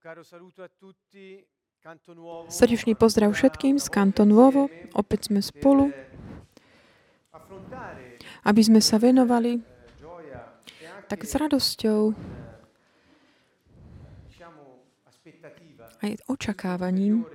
Srdečný pozdrav všetkým z Canto Nuovo. Opäť sme spolu, aby sme sa venovali tak s radosťou aj očakávaním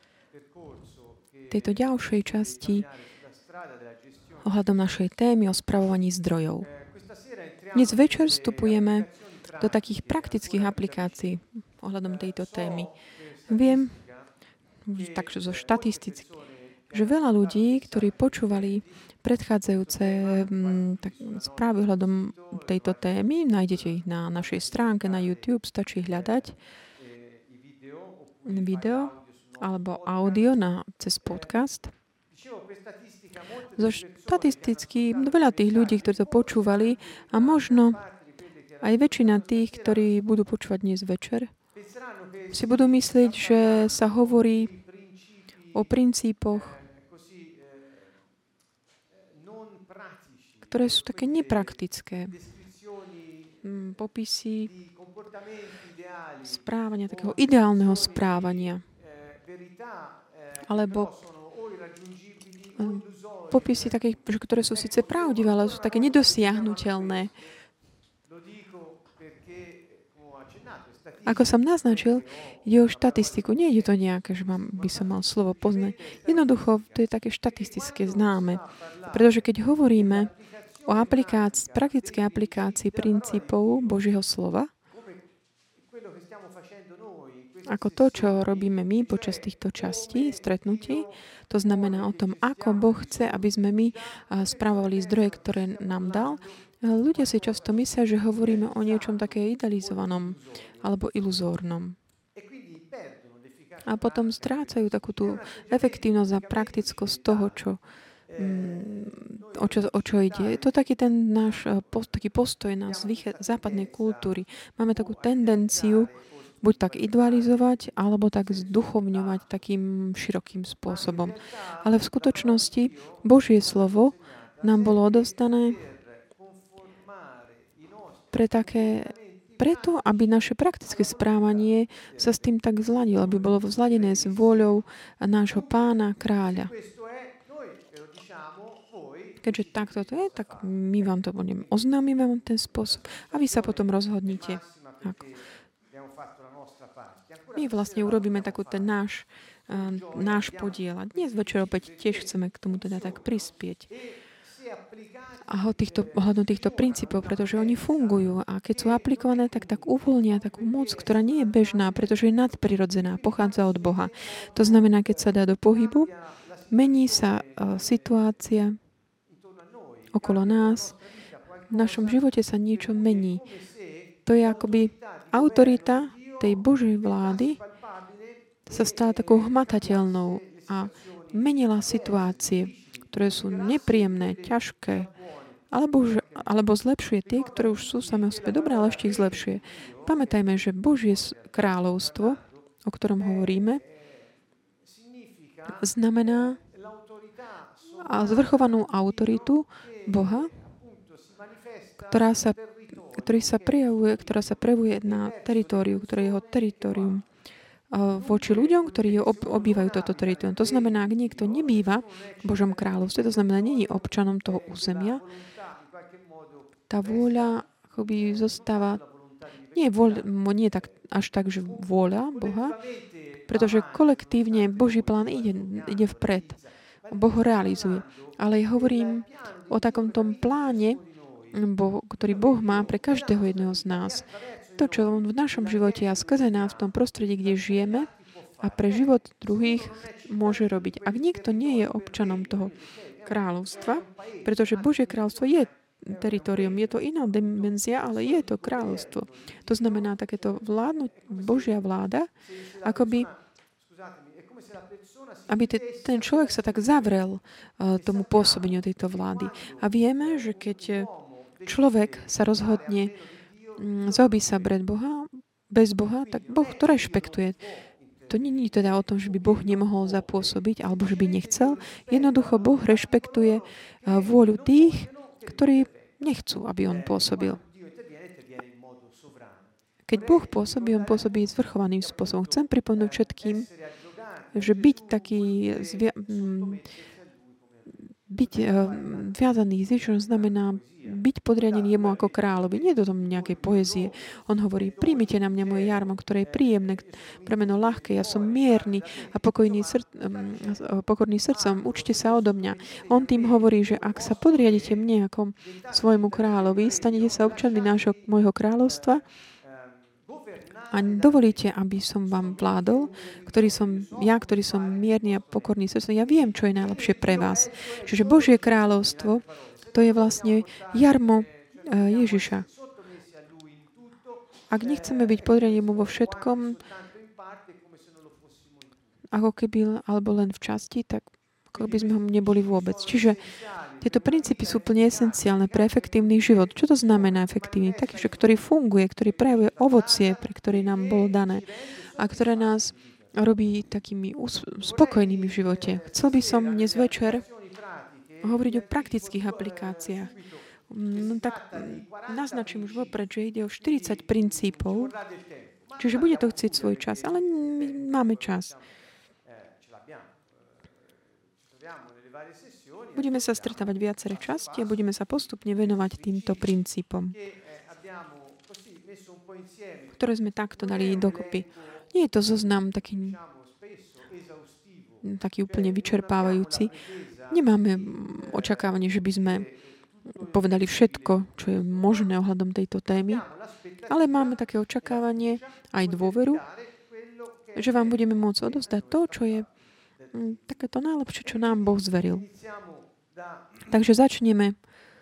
tejto ďalšej časti ohľadom našej témy o spravovaní zdrojov. Dnes večer vstupujeme do takých praktických aplikácií ohľadom tejto témy. Viem, takže zo štatisticky, že veľa ľudí, ktorí počúvali predchádzajúce správy ohľadom tejto témy, nájdete ich na našej stránke na YouTube, stačí hľadať video alebo audio cez podcast. Zo štatisticky veľa tých ľudí, ktorí to počúvali a možno aj väčšina tých, ktorí budú počúvať dnes večer, si budú myslieť, že sa hovorí o princípoch, ktoré sú také nepraktické. Popisy správania, takého ideálneho správania. Alebo popisy také, ktoré sú síce pravdivé, ale sú také nedosiahnuteľné. Ako som naznačil, ide o štatistiku. Nie je to nejaké, že by som mal slovo poznať. Jednoducho, to je také štatistické známe. Pretože keď hovoríme o praktickej aplikácii princípov Božieho slova, ako to, čo robíme my počas týchto častí, stretnutí, to znamená o tom, ako Boh chce, aby sme my spravovali zdroje, ktoré nám dal. Ľudia si často myslia, že hovoríme o niečom také idealizovanom alebo iluzórnom. A potom strácajú takú tú efektívnosť a praktickosť toho, o čo ide. Je to taký ten náš taký postoj nás západnej kultúry. Máme takú tendenciu buď tak idealizovať, alebo tak zduchovňovať takým širokým spôsobom. Ale v skutočnosti Božie slovo nám bolo odovzdané preto, aby naše praktické správanie sa s tým tak zladilo, aby bolo zladené s vôľou nášho Pána, Kráľa. Keďže takto to je, tak my vám to oznámime vám ten spôsob a vy sa potom rozhodnite. Ako. My vlastne urobíme takú ten náš podiel. A dnes večer opäť tiež chceme k tomu teda tak prispieť. A ohľadom týchto princípov, pretože oni fungujú a keď sú aplikované, tak uvoľnia takú moc, ktorá nie je bežná, pretože je nadprirodzená, pochádza od Boha. To znamená, keď sa dá do pohybu, mení sa situácia okolo nás. V našom živote sa niečo mení. To je akoby autorita tej Božej vlády sa stala takou hmatateľnou a menila situácie, ktoré sú nepríjemné, ťažké, alebo zlepšuje tie, ktoré už sú samé o sebe dobré, ale ešte ich zlepšuje. Pamätajme, že Božie kráľovstvo, o ktorom hovoríme, znamená a zvrchovanú autoritu Boha, ktorá sa prejavuje na teritóriu, ktoré je jeho teritórium voči ľuďom, ktorí obývajú toto teritorium. To znamená, ak niekto nebýva v Božom kráľovstve, to znamená, nie je občanom toho územia, tá vôľa akoby zostáva, nie je tak, až tak, že vôľa Boha, pretože kolektívne Boží plán ide vpred. Boh ho realizuje. Ale ja hovorím o takom tom pláne, ktorý Boh má pre každého jedného z nás. To, čo on v našom živote a skrze nás v tom prostredí, kde žijeme a pre život druhých môže robiť. Ak niekto nie je občanom toho kráľovstva, pretože Božie kráľovstvo je teritorium, je to iná dimenzia, ale je to kráľovstvo. To znamená takéto Božia vláda, akoby aby ten človek sa tak zavrel tomu pôsobeniu tejto vlády. A vieme, že keď človek sa rozhodne zaobísť sa bez Boha, tak Boh to rešpektuje. To nie je teda o tom, že by Boh nemohol zapôsobiť alebo že by nechcel. Jednoducho Boh rešpektuje vôľu tých, ktorí nechcú, aby on pôsobil. Keď Boh pôsobí, on pôsobí zvrchovaným spôsobom. Chcem pripomnúť všetkým, že byť taký byť viazaný s Ježišom znamená byť podriadený jemu ako kráľovi. Nie je to tom nejakej poezie. On hovorí, príjmite na mňa moje jarmo, ktoré je príjemné, pre meno ľahké, ja som mierny a pokorný srdcom, učte sa odo mňa. On tým hovorí, že ak sa podriadite mne ako svojmu kráľovi, stanete sa občanmi môjho kráľovstva a dovolíte, aby som vám vládol, ktorý som mierny a pokorný srdcom. Ja viem, čo je najlepšie pre vás. Čiže Božie kráľovstvo, to je vlastne jarmo Ježiša. Ak nechceme byť podriadení mu vo všetkom, ako keby, alebo len v časti, tak ako by sme ho neboli vôbec. Čiže tieto princípy sú úplne esenciálne pre efektívny život. Čo to znamená efektívny? Taký, ktorý funguje, ktorý prejavuje ovocie, pre ktoré nám bolo dané a ktoré nás robí takými spokojnými v živote. Chcel by som dnes večer hovoriť o praktických aplikáciách. No tak naznačím už vopred, že ide o 40 princípov, čiže bude to chcieť svoj čas, ale my máme čas. Budeme sa stretávať viaceré časti a budeme sa postupne venovať týmto princípom, ktoré sme takto dali dokopy. Nie je to zoznam taký úplne vyčerpávajúci. Nemáme očakávanie, že by sme povedali všetko, čo je možné ohľadom tejto témy, ale máme také očakávanie, aj dôveru, že vám budeme môcť odovzdať to, čo je takéto najlepšie, čo nám Boh zveril. Takže začneme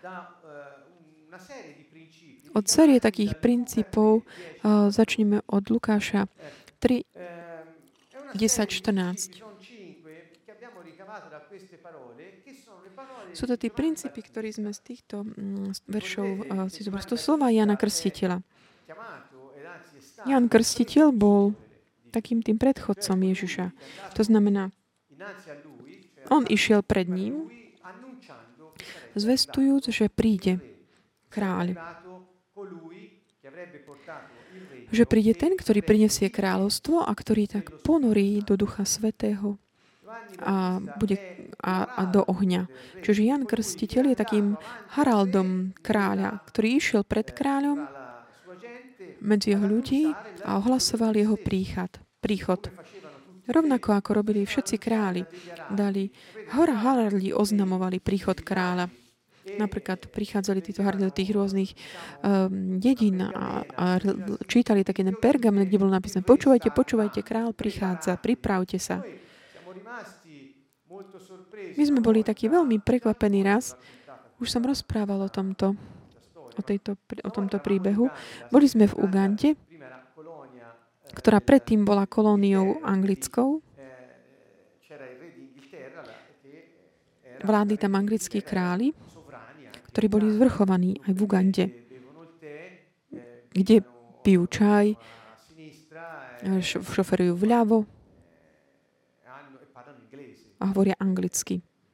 od série takých princípov. Začneme od Lukáša 3, 10, 14. Sú to tie princípy, ktoré sme z týchto veršov si zobrali. To slova Jana Krstiteľa. Jan Krstiteľ bol takým tým predchodcom Ježiša. To znamená, on išiel pred ním, zvestujúc, že príde kráľ. Že príde ten, ktorý prinesie kráľovstvo a ktorý tak ponorí do Ducha Svätého a do ohňa. Čiže Jan Krstiteľ je takým haraldom kráľa, ktorý išiel pred kráľom medzi jeho ľudí a ohlasoval jeho príchod. Rovnako ako robili všetci králi, haraldi oznamovali príchod kráľa. Napríklad prichádzali títo haraldi do tých rôznych dedín a čítali taký ten pergamen, kde bolo napísané: počúvajte, kráľ prichádza, pripravte sa. My sme boli takí veľmi prekvapení raz. Už som rozprával o tomto príbehu. Boli sme v Ugande, ktorá predtým bola kolóniou anglickou. Vládli tam anglickí králi, ktorí boli zvrchovaní aj v Ugande, kde pijú čaj, šoferujú vľavo a hovoria anglicky.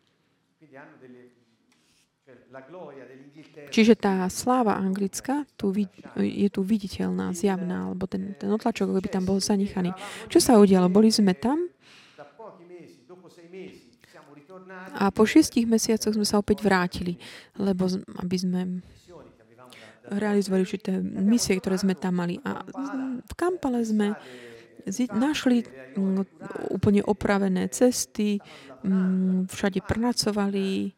Čiže tá sláva anglická je tu viditeľná, zjavná, alebo ten otlačok, by tam bol zanechaný. Čo sa udialo? Boli sme tam a po 6 mesiacoch sme sa opäť vrátili, aby sme realizovali určité misie, ktoré sme tam mali. A v Kampale sme našli úplne opravené cesty, všade pracovali,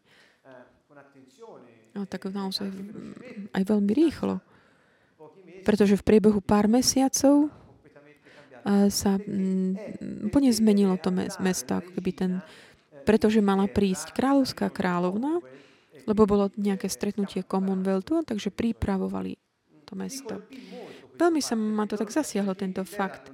tak naozaj aj veľmi rýchlo. Pretože v priebehu pár mesiacov sa úplne zmenilo to mesto, ako keby pretože mala prísť kráľovská kráľovna, lebo bolo nejaké stretnutie Commonwealthu, takže pripravovali to mesto. Veľmi sa ma to tak zasiahlo, tento fakt.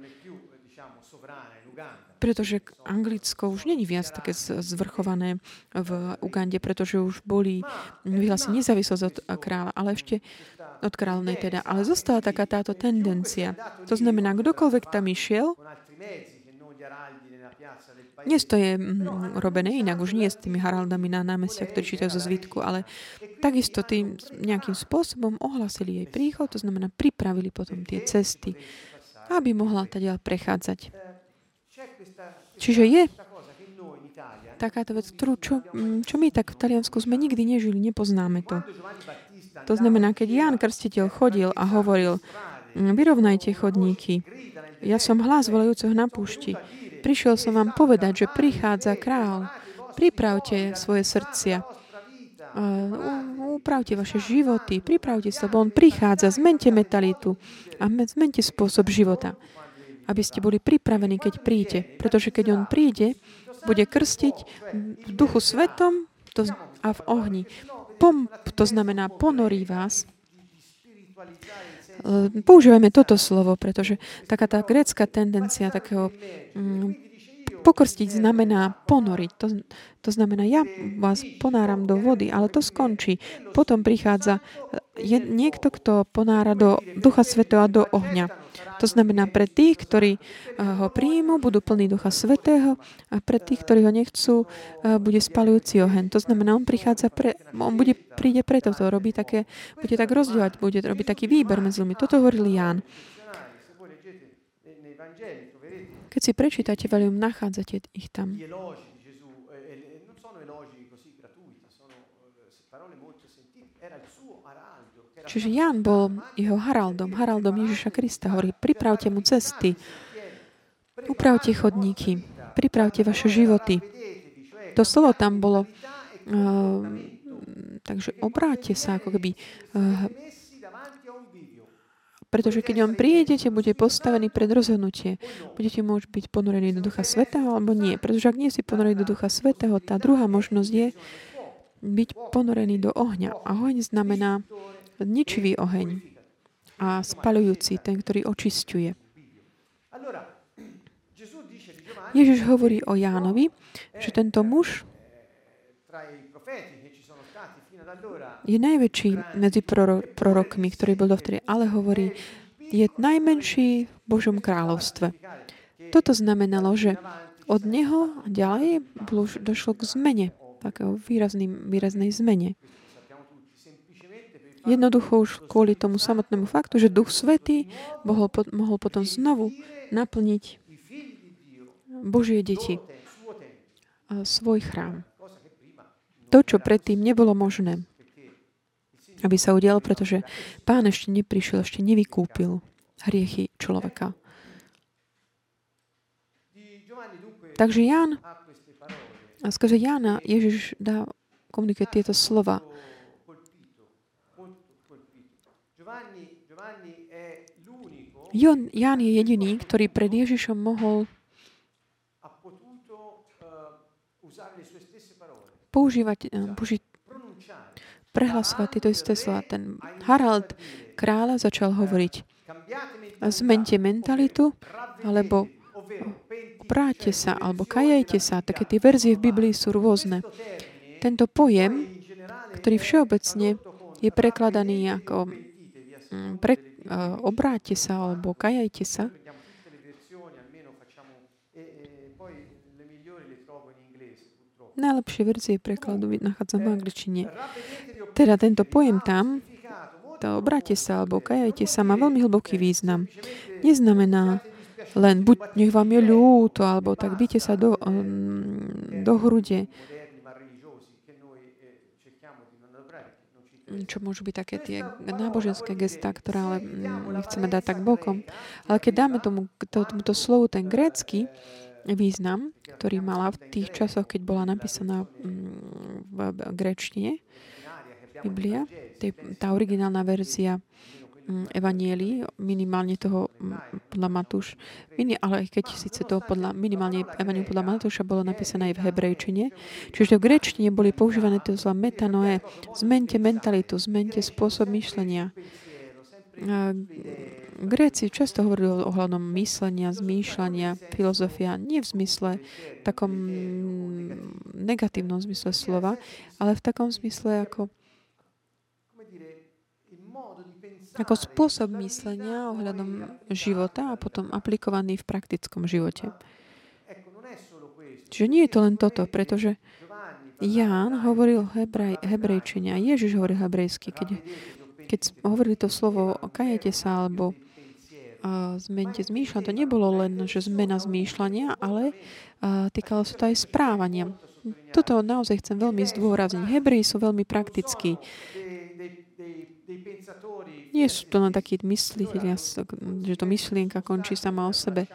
Pretože Anglicko už není viac také zvrchované v Ugande, pretože už boli vyhlásení nezávislosť od kráľa, ale ešte od kráľovnej teda. Ale zostala taká táto tendencia. To znamená, kdokoľvek tam išiel, Dnes to je robené inak, už nie s tými Haraldami na námestiach, ktorí čítajú zo zvitku, ale takisto tým nejakým spôsobom ohlasili jej príchod, to znamená pripravili potom tie cesty, aby mohla teda prechádzať. Čiže je takáto vec, ktorú čo my tak v Taliansku sme nikdy nežili, nepoznáme to. To znamená, keď Ján Krstiteľ chodil a hovoril, vyrovnajte chodníky, ja som hlas volajúceho na púšti, prišiel som vám povedať, že prichádza král, pripravte svoje srdcia, upravte vaše životy, pripravte sa, lebo on prichádza, zmente mentalitu a zmente spôsob života, aby ste boli pripravení, keď príde. Pretože keď on príde, bude krstiť v duchu svetom a v ohni. To znamená, ponorí vás. Používajme toto slovo, pretože taká tá grécka tendencia takého pokrstiť znamená ponoriť. To znamená, ja vás ponáram do vody, ale to skončí. Potom prichádza niekto, kto ponára do Ducha Svätého a do ohňa. To znamená, pre tých, ktorí ho príjmu, budú plní Ducha Svätého a pre tých, ktorí ho nechcú, bude spalujúci oheň. To znamená, on príde preto, to robí také, bude tak rozdielovať, bude robiť taký výber medzi ľuďmi. Toto hovoril Ján. Keď si prečítate Evangelium, nachádzate ich tam. Čiže Ján bol jeho haraldom Ježiša Krista. Hovorí, pripravte mu cesty, upravte chodníky, pripravte vaše životy. To slovo tam bolo, takže obráťte sa, ako keby, pretože keď on prídete, bude postavený pred rozhodnutie. Budete môcť byť ponorení do Ducha Svätého, alebo nie. Pretože ak nie si ponorení do Ducha Svätého, tá druhá možnosť je byť ponorený do ohňa. A oheň znamená ničivý oheň a spaľujúci, ten, ktorý očisťuje. Ježiš hovorí o Jánovi, že tento muž je najväčší medzi prorokmi, ktorý bol dovtedy, ale hovorí, je najmenší v Božom kráľovstve. Toto znamenalo, že od neho ďalej došlo k zmene, takého výraznej zmene. Jednoducho už kvôli tomu samotnému faktu, že Duch Svätý mohol potom znovu naplniť Božie deti a svoj chrám. To, čo predtým nebolo možné, aby sa udialo, pretože Pán ešte neprišiel, ešte nevykúpil hriechy človeka. Takže Ján, a skrze Jána Ježiš komunikuje tieto slova. Ján je jediný, ktorý pred Ježišom mohol používať, prehlasovať tieto isté slova. Ten Harald kráľa začal hovoriť, zmente mentalitu, alebo obráťte sa, alebo kajajte sa. Také tie verzie v Biblii sú rôzne. Tento pojem, ktorý všeobecne je prekladaný ako obráťte sa, alebo kajajte sa, najlepšie verzie prekladu nachádzam v angličtine. Teda tento pojem tam, to obráťte sa alebo kajajte sa, má veľmi hlboký význam. Neznamená len nech vám je ľúto, alebo tak bijte sa do hrude. Čo môžu byť také tie náboženské gestá, ktoré ale nechceme dať tak bokom. Ale keď dáme tomuto slovu ten grécky význam, ktorý mala v tých časoch, keď bola napísaná v gréčtine Biblia, tá originálna verzia Evangelií, minimálne toho podľa Matúš, ale keď síce to minimálne Evangelium podľa Matúša bolo napísané aj v hebrejčine, čiže v gréčtine boli používané to slova metanoe, zmente mentalitu, zmente spôsob myšlenia. Gréci často hovorili o ohľadom myslenia, zmýšľania, filozofia, nie v zmysle takom negatívnom zmysle slova, ale v takom zmysle ako spôsob myslenia ohľadom života a potom aplikovaný v praktickom živote. Čiže nie je to len toto, pretože Ján hovoril hebrejčine a Ježiš hovoril hebrejsky. Keď hovorili to slovo kajete sa alebo zmente zmýšľania, to nebolo len, že zmena zmýšľania, ale týkalo sa to aj správania. Toto naozaj chcem veľmi zdôrazniť. Hebreji sú veľmi praktickí. Nie sú to len takí mysliteľia, že to myšlienka končí sama o sebe.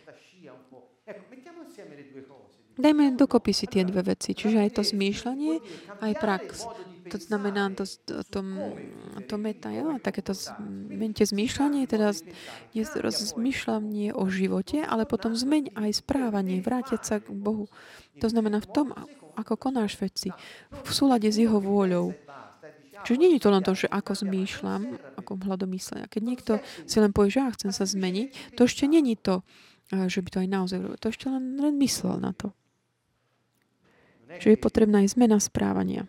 Dajme dokopy si tie dve veci. Čiže aj to zmýšľanie, aj prax. To znamená to meta, ja? Takéto zmente zmýšľanie, teda je zmýšľanie o živote, ale potom zmeň aj správanie, vrátiť sa k Bohu. To znamená v tom, ako konáš veci, v súlade s jeho vôľou. Čiže nie je to len to, že ako zmýšľam, ako hľadomyslenia. Keď niekto si len povie, že ja chcem sa zmeniť, to ešte nie je to, že by to aj naozaj robil. To ešte len myslel na to. Čiže je potrebná aj zmena správania.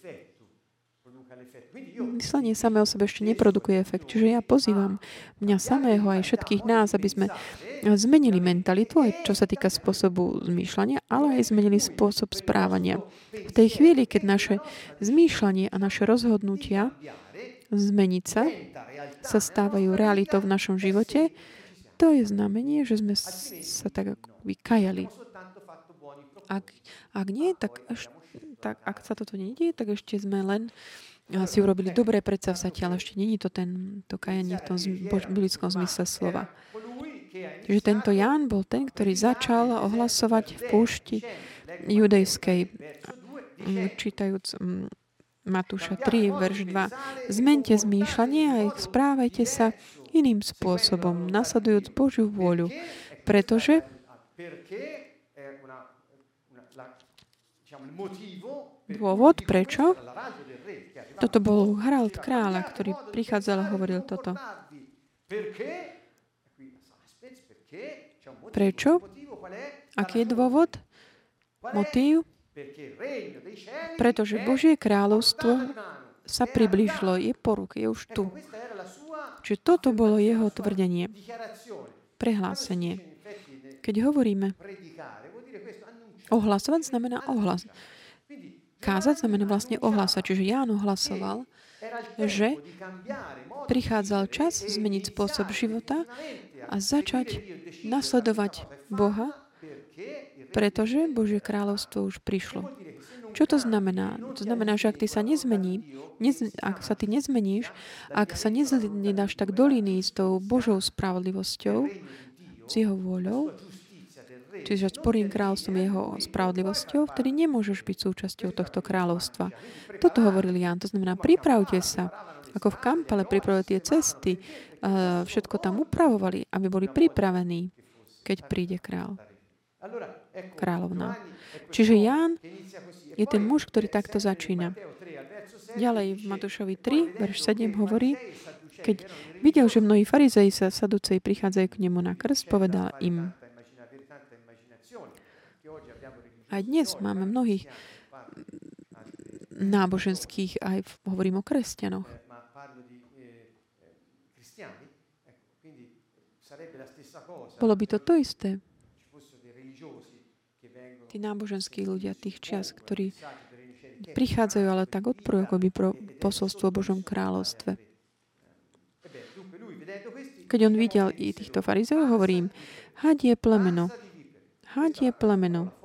Myslenie samé o sebe ešte neprodukuje efekt. Čiže ja pozývam mňa samého aj všetkých nás, aby sme zmenili mentalitu, aj čo sa týka spôsobu zmýšľania, ale aj zmenili spôsob správania. V tej chvíli, keď naše zmýšľanie a naše rozhodnutia zmeniť sa stávajú realitou v našom živote, to je znamenie, že sme sa tak ako vykajali. Ak nie, tak ak sa toto nedieje, tak ešte sme len si urobili dobré predsavzatie, ale ešte nie je to kajanie v tom biblickom zmysle slova. Takže tento Ján bol ten, ktorý začal ohlasovať v púšti judejskej, čítajúc Matúša 3, verš 2. Zmente zmýšľanie a správajte sa iným spôsobom, nasledujúc Božiu vôľu, pretože dôvod, prečo? Toto bol Harald kráľa, ktorý prichádzal a hovoril toto. Prečo? Aký je dôvod? Motív? Pretože Božie kráľovstvo sa priblížilo, je po ruke, je už tu. Čiže toto bolo jeho tvrdenie, prehlásenie. Keď hovoríme, ohlasovať znamená ohlas. Kázať znamená vlastne ohlasať. Čiže Ján ohlasoval, že prichádzal čas zmeniť spôsob života a začať nasledovať Boha, pretože Božie kráľovstvo už prišlo. Čo to znamená? To znamená, že ak ty sa ak sa ty nezmeníš, ak sa nedáš tak do línii s tou Božou spravodlivosťou, s jeho vôľou, čiže s Božím kráľovstvom jeho spravodlivosťou, vtedy nemôžeš byť súčasťou tohto kráľovstva. Toto hovoril Ján. To znamená, pripravte sa. Ako v Kampale pripravili tie cesty, všetko tam upravovali, aby boli pripravení, keď príde kráľovná. Čiže Ján je ten muž, ktorý takto začína. Ďalej v Matúšovi 3, verš 7 hovorí, keď videl, že mnohí farizei sa saduceji prichádzajú k nemu na krst, povedal im, aj dnes máme mnohých náboženských, aj hovorím o kresťanoch. Bolo by to isté. Tí náboženskí ľudia tých čias, ktorí prichádzajú, ale tak odporújú ako by pro posolstvo o Božom kráľovstve. Keď on videl i týchto farizeov, hovorím, had je plemeno. Had je plemeno.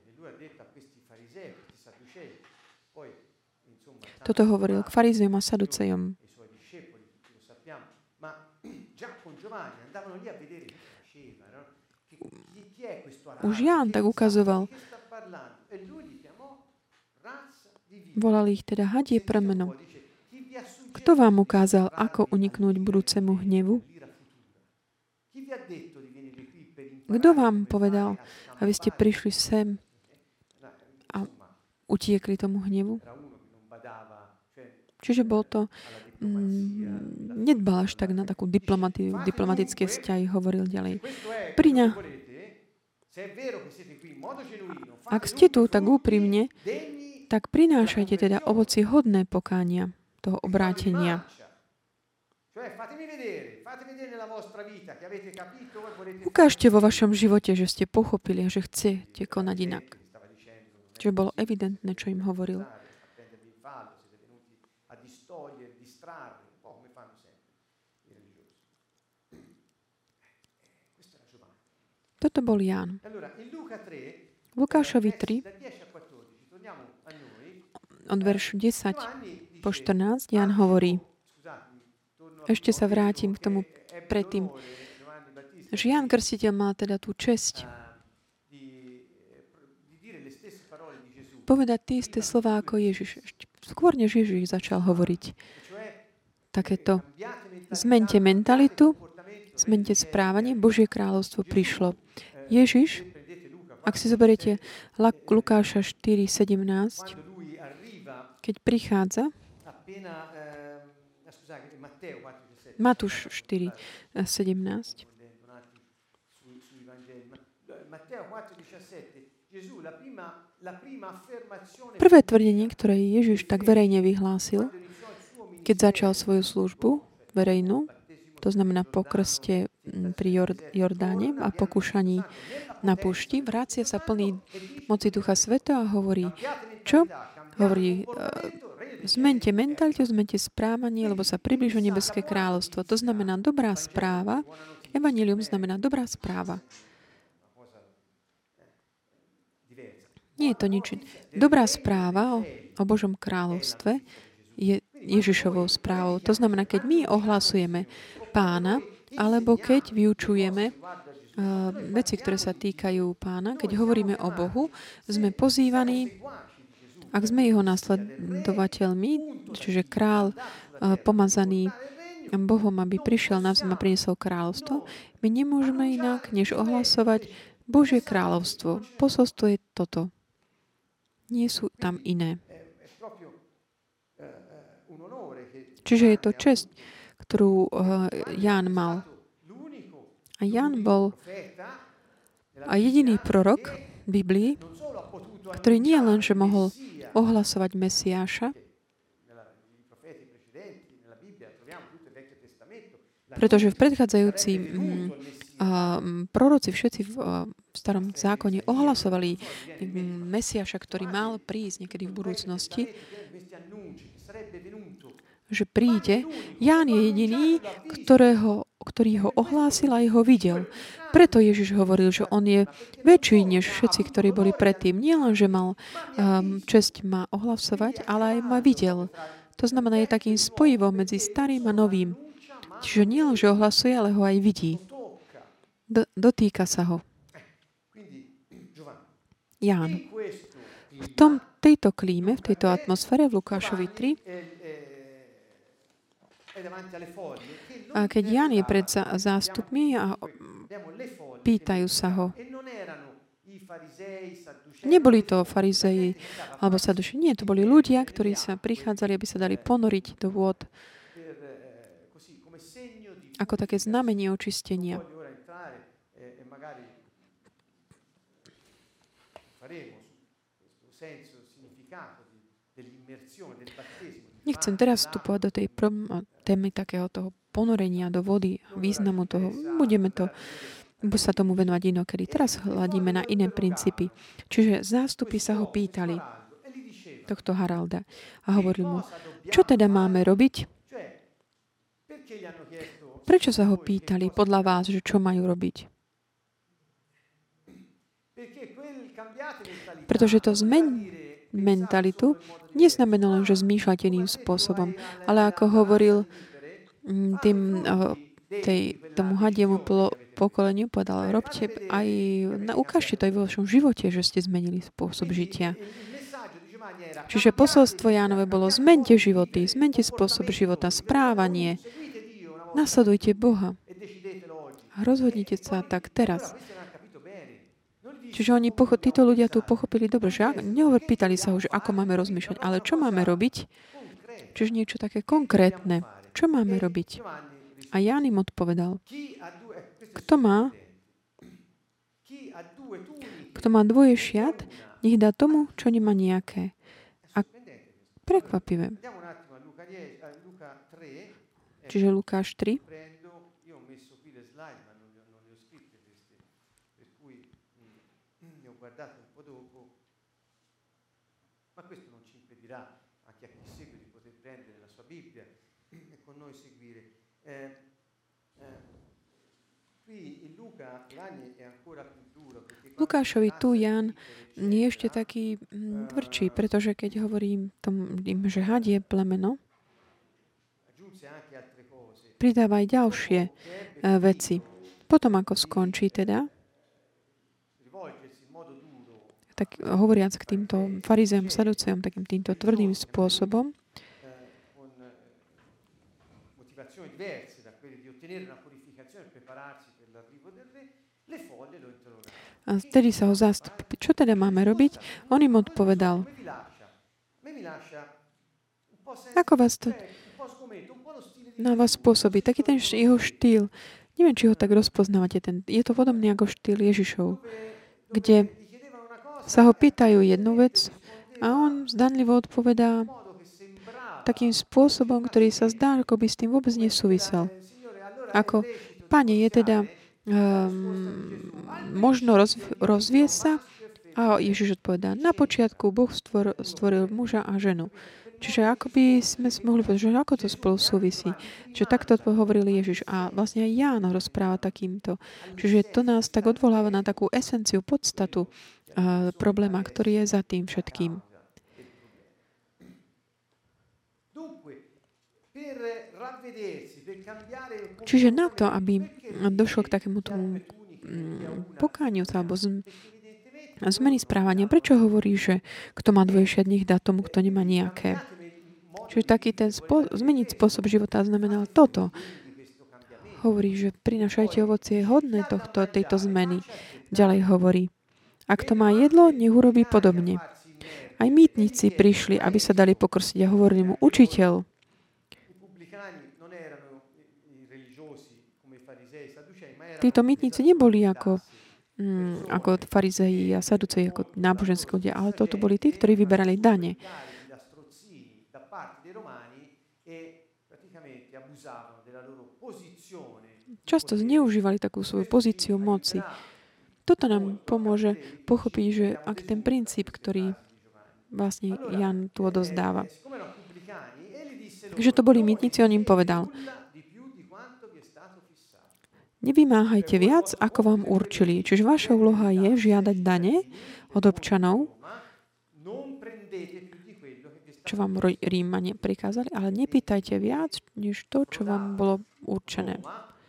Toto hovoril k farizejom a saducejom. Už Ján tak ukazoval. Volali ich teda hadie plemeno. Kto vám ukázal, ako uniknúť budúcemu hnevu? Kto vám povedal, aby ste prišli sem a utiekli tomu hnevu? Čiže bol to, nedbal až tak na takú diplomatické vzťahy, hovoril ďalej. Ak ste tu tak úprimne, tak prinášajte teda ovocie hodné pokánia, toho obrátenia. Ukážte vo vašom živote, že ste pochopili a že chcete konať inak. Čiže bolo evidentné, čo im hovoril. Toto bol Ján. V Lukášovi 3, od veršu 10 po 14, Ján hovorí, ešte sa vrátim k tomu predtým, že Ján Krstiteľ mal teda tú česť povedať tie isté slová ako Ježiš. Skôr než Ježiš začal hovoriť. Takéto zmente mentalitu, zmente správanie, Božie kráľovstvo prišlo. Ježiš, ak si zoberiete Lukáša 4:17, keď prichádza, Matúš 4:17, prvé tvrdenie, ktoré Ježiš tak verejne vyhlásil, keď začal svoju službu verejnú, to znamená po krste pri Jordáne a pokúšaní na púšti, vracia sa plný moci Ducha Svätého a hovorí, čo? Hovorí, zmente mentalitu, zmente správanie, lebo sa približuje nebeské kráľovstvo. To znamená dobrá správa. Evanjelium znamená dobrá správa. Nie je to nič. Dobrá správa o Božom kráľovstve je Ježišovou správou. To znamená, keď my ohlasujeme Pána, alebo keď vyučujeme veci, ktoré sa týkajú Pána, keď hovoríme o Bohu, sme pozývaní, ak sme jeho následovateľmi, čiže král pomazaný Bohom, aby prišiel na zem a priniesol kráľovstvo, my nemôžeme inak, než ohlasovať Božie kráľovstvo. Posolstvo je toto. Nie sú tam iné. Čiže je to česť, ktorú Ján mal. A Ján bol a jediný prorok v Biblii, ktorý nie len, že mohol ohlasovať Mesiáša, pretože v predchádzajúci proroci všetci v starom zákone ohlasovali Mesiáša, ktorý mal prísť niekedy v budúcnosti, že príde. Ján je jediný, ktorý ho ohlásil a ho videl. Preto Ježiš hovoril, že on je väčší než všetci, ktorí boli predtým. Nie len, že mal česť ma ohlasovať, ale aj ma videl. To znamená, je takým spojivom medzi starým a novým. Čiže nie len, že ohlasuje, ale ho aj vidí. Dotýka sa ho. Ján. V tejto klíme, v tejto atmosfére v Lukášovi 3, a keď Ján je pred zástupmi a pýtajú sa ho, neboli to farizeji alebo saduši, nie, to boli ľudia, ktorí sa prichádzali, aby sa dali ponoriť do vôd ako také znamenie očistenia. Nechcem teraz vstupovať do tej témy takého toho ponorenia do vody, významu toho. Budeme sa tomu venovať inokedy. Teraz hľadíme na iné princípy. Čiže zástupy sa ho pýtali, tohto Haralda, a hovorili mu, čo teda máme robiť? Prečo sa ho pýtali podľa vás, že čo majú robiť? Pretože to mentalitu neznamená len, že zmýšľate iným spôsobom, ale ako hovoril tomu hadiemu pokoleniu, povedal, robte aj, ukážte to aj vo vašom živote, že ste zmenili spôsob žitia. Čiže posolstvo Jánove bolo, zmente životy, zmente spôsob života, správanie, nasledujte Boha. A rozhodnite sa tak teraz. Čiže títo ľudia tu pochopili dobre, že pýtali sa ho, že ako máme rozmýšľať, ale čo máme robiť? Čiže niečo také konkrétne. Čo máme robiť? A Ján im odpovedal, kto má dvoje šiat, nech dá tomu, čo nemá nejaké. A prekvapivé. Čiže Lukáš 3. Lukášovi tu Ján nie je ešte taký tvrdší, pretože keď hovorím tým, že had je plemeno, pridáva aj ďalšie veci. Potom, ako skončí teda, tak hovoriac k týmto farizejom, saduceom, takým týmto tvrdým spôsobom, a vtedy sa ho zástup, čo teda máme robiť? On im odpovedal, ako vás to na vás pôsobí? Taký ten jeho štýl. Neviem, či ho tak rozpoznávate. Je to podobný ako štýl Ježišov, kde sa ho pýtajú jednu vec a on zdanlivo odpovedá takým spôsobom, ktorý sa zdá, ako by s tým vôbec nesúvisel. Ako, Pane, je teda možno rozviesť sa? A Ježiš odpovedá, na počiatku Boh stvoril muža a ženu. Čiže ako by sme mohli povedať, že ako to spolu súvisí. Čiže takto hovoril Ježiš. A vlastne aj Ján rozpráva takýmto. Čiže to nás tak odvoláva na takú esenciu, podstatu probléma, ktorý je za tým všetkým. Čiže na to, aby došlo k takému tomu pokániu sa alebo zmeny správania, prečo hovorí, že kto má dvojšie, nech dá tomu, kto nemá nejaké. Čiže taký ten zmeniť spôsob života znamená toto. Hovorí, že prinašajte ovocie hodné tejto zmeny. Ďalej hovorí, ak to má jedlo, nech urobí podobne. Aj mýtnici prišli, aby sa dali pokrstiť a hovorili mu, učiteľ. Títo mýtnici neboli ako farizeji a saduceji, ako náboženskí ľudia, ale toto boli tí, ktorí vyberali dane. Často zneužívali takú svoju pozíciu moci. Toto nám pomôže pochopiť, že ak ten princíp, ktorý vlastne Jan tu odozdáva. Takže to boli mýtnici, on im povedal, nevymáhajte viac, ako vám určili. Čiže vaša úloha je žiadať dane od občanov, čo vám Rímania prikázali, ale nepýtajte viac, než to, čo vám bolo určené.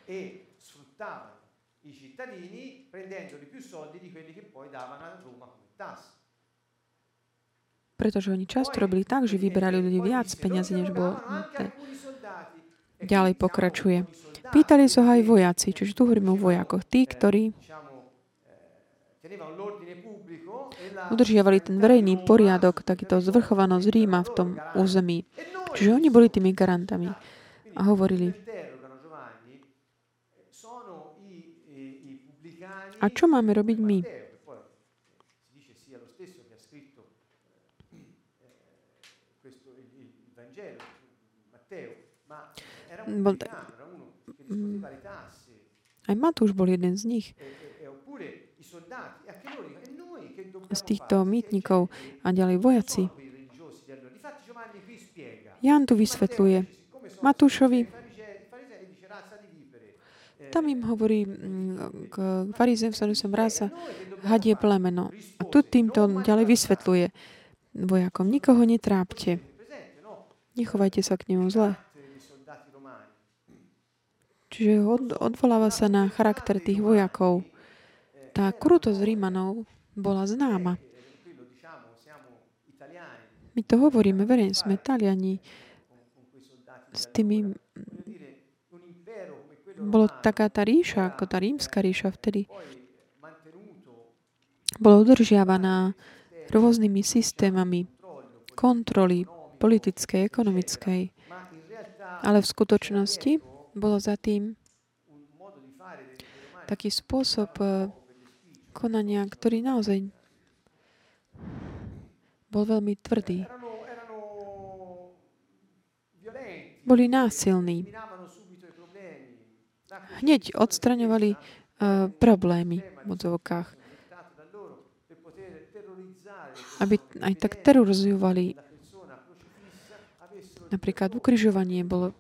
Pretože oni často robili tak, že vyberali ľudí viac peniazy, než bolo. Ďalej pokračuje. Pýtali sa aj vojaci, čiže tu hovoríme o vojakoch. Tí, ktorí udržiavali ten verejný poriadok, takýto zvrchovanosť Ríma v tom území. Čiže oni boli tými garantami. A hovorili, a čo máme robiť my? Aj Matúš bol jeden z nich. Z týchto mýtnikov a ďalej vojaci. Ján tu vysvetľuje Matúšovi. Tam im hovorí k farizejom, saduceom, rása, hadie plemeno. A tu týmto ďalej vysvetľuje vojakom. Nikoho netrápte. Nechovajte sa k nemu zle. Čiže odvoláva sa na charakter tých vojakov. Tá krutosť Rímanov bola známa. My to hovoríme, verejne, sme Taliani. S tými... Bolo taká tá ríša, ako tá rímska ríša vtedy. Bola udržiavaná rôznymi systémami kontroly politickej, ekonomickej. Ale v skutočnosti bolo za tým taký spôsob konania, ktorý naozaj bol veľmi tvrdý. boli násilní. Hneď odstraňovali problémy v odzvukách. Aby aj tak terorizovali. Napríklad ukrižovanie bolo...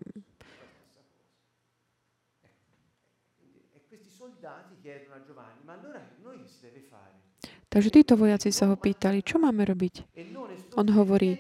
Takže títo vojaci sa ho pýtali, čo máme robiť? On hovorí,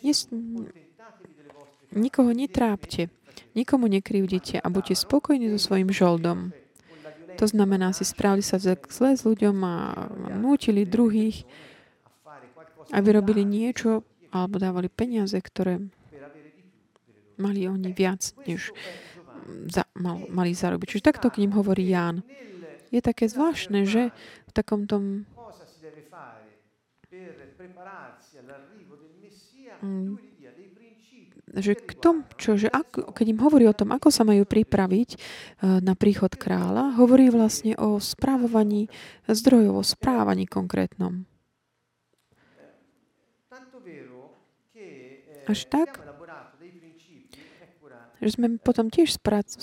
nikoho netrápte, nikomu nekrivdite a buďte spokojní so svojím žoldom. To znamená, si správali sa zle s ľuďom a nútili druhých, aby robili niečo alebo dávali peniaze, ktoré mali oni viac, než mali zarobiť. Čiže takto k ním hovorí Ján. Je také zvláštne, že v takom tom keď im hovorí o tom, ako sa majú pripraviť na príchod kráľa, hovorí vlastne o správovaní zdrojov, o správaní konkrétnom. Až tak, že sme potom tiež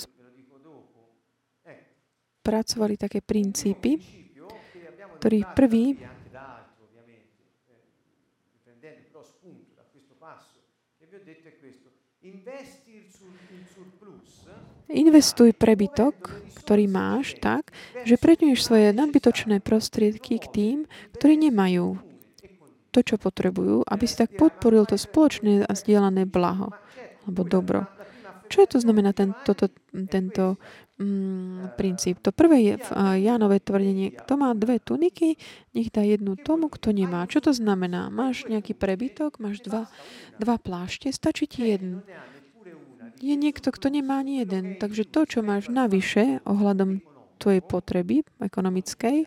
spracovali také princípy, ktorých prvý investuj prebytok, ktorý máš, tak, že pretňuješ svoje nadbytočné prostriedky k tým, ktorí nemajú to, čo potrebujú, aby si tak podporil to spoločné a zdieľané blaho alebo dobro. Čo to znamená tento princíp? To prvé je Jánové tvrdenie. Kto má 2 tuniky, nech dá jednu tomu, kto nemá. Čo to znamená? Máš nejaký prebytok, máš dva plášte, stačí ti jeden. Je niekto, kto nemá ani jeden. Takže to, čo máš navyše ohľadom tvojej potreby ekonomickej,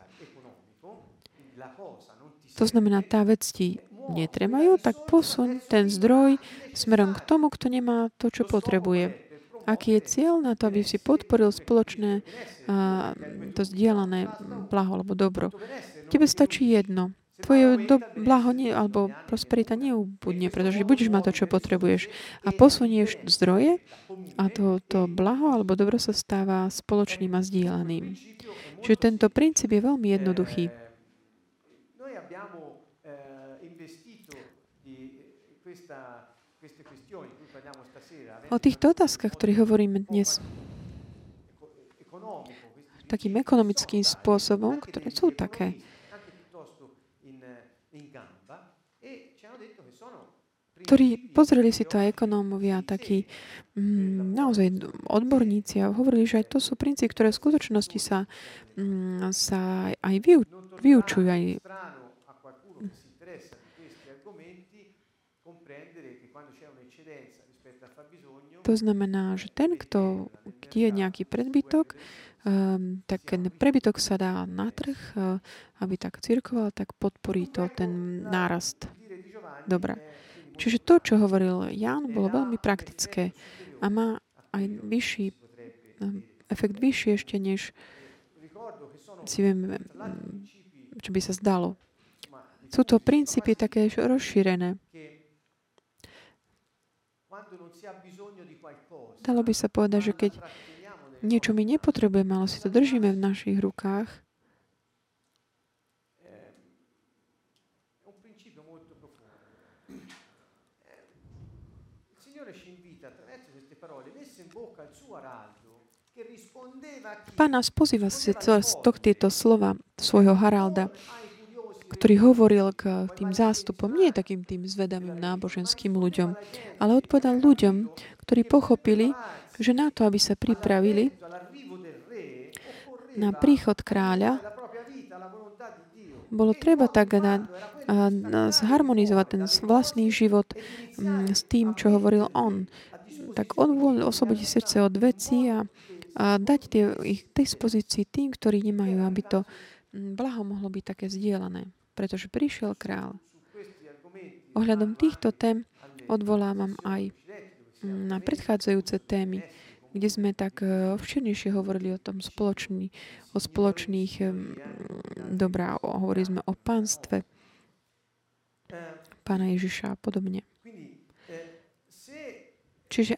to znamená, tá vec ti netremajú, tak posuň ten zdroj smerom k tomu, kto nemá to, čo potrebuje. Aký je cieľ na to, aby si podporil spoločné to zdieľané blaho alebo dobro? Tebe stačí jedno. Tvoje blaho alebo prosperita neubudne, pretože budeš mať to, čo potrebuješ. A posunieš zdroje a to blaho alebo dobro sa stáva spoločným a zdieľaným. Čiže tento princíp je veľmi jednoduchý. O týchto otázkach, ktorých hovoríme dnes, takým ekonomickým spôsobom, ktoré sú také, ktorí pozreli si to aj ekonómovia, takí naozaj odborníci a hovorili, že aj to sú princípy, ktoré v skutočnosti sa aj vyučujú. To znamená, že kde je nejaký predbytok, tak ten prebytok sa dá na trh, aby tak cirkoval, tak podporí to ten nárast. Dobre. Čiže to, čo hovoril Ján, bolo veľmi praktické a má aj efekt vyšší ešte, než si vieme, čo by sa zdalo. Sú to princípy také rozšírené. Dalo by sa povedať, že keď niečo my nepotrebujeme, ale si to držíme v našich rukách, Pán nás pozýva z týchto slova svojho Haralda, ktorý hovoril k tým zástupom, nie takým tým zvedavým náboženským ľuďom, ale odpovedal ľuďom, ktorí pochopili, že na to, aby sa pripravili na príchod kráľa, bolo treba tak zharmonizovať ten vlastný život s tým, čo hovoril on. Tak on voľne oslobodiť srdce od vecí a dať ich k dispozícii tým, ktorí nemajú, aby to blaho mohlo byť také zdieľané. Pretože prišiel král. Ohľadom týchto tém odvolávam aj na predchádzajúce témy, kde sme tak obširnejšie hovorili o tom spoločných dobrá, hovorili sme o pánstve Pána Ježiša a podobne. Čiže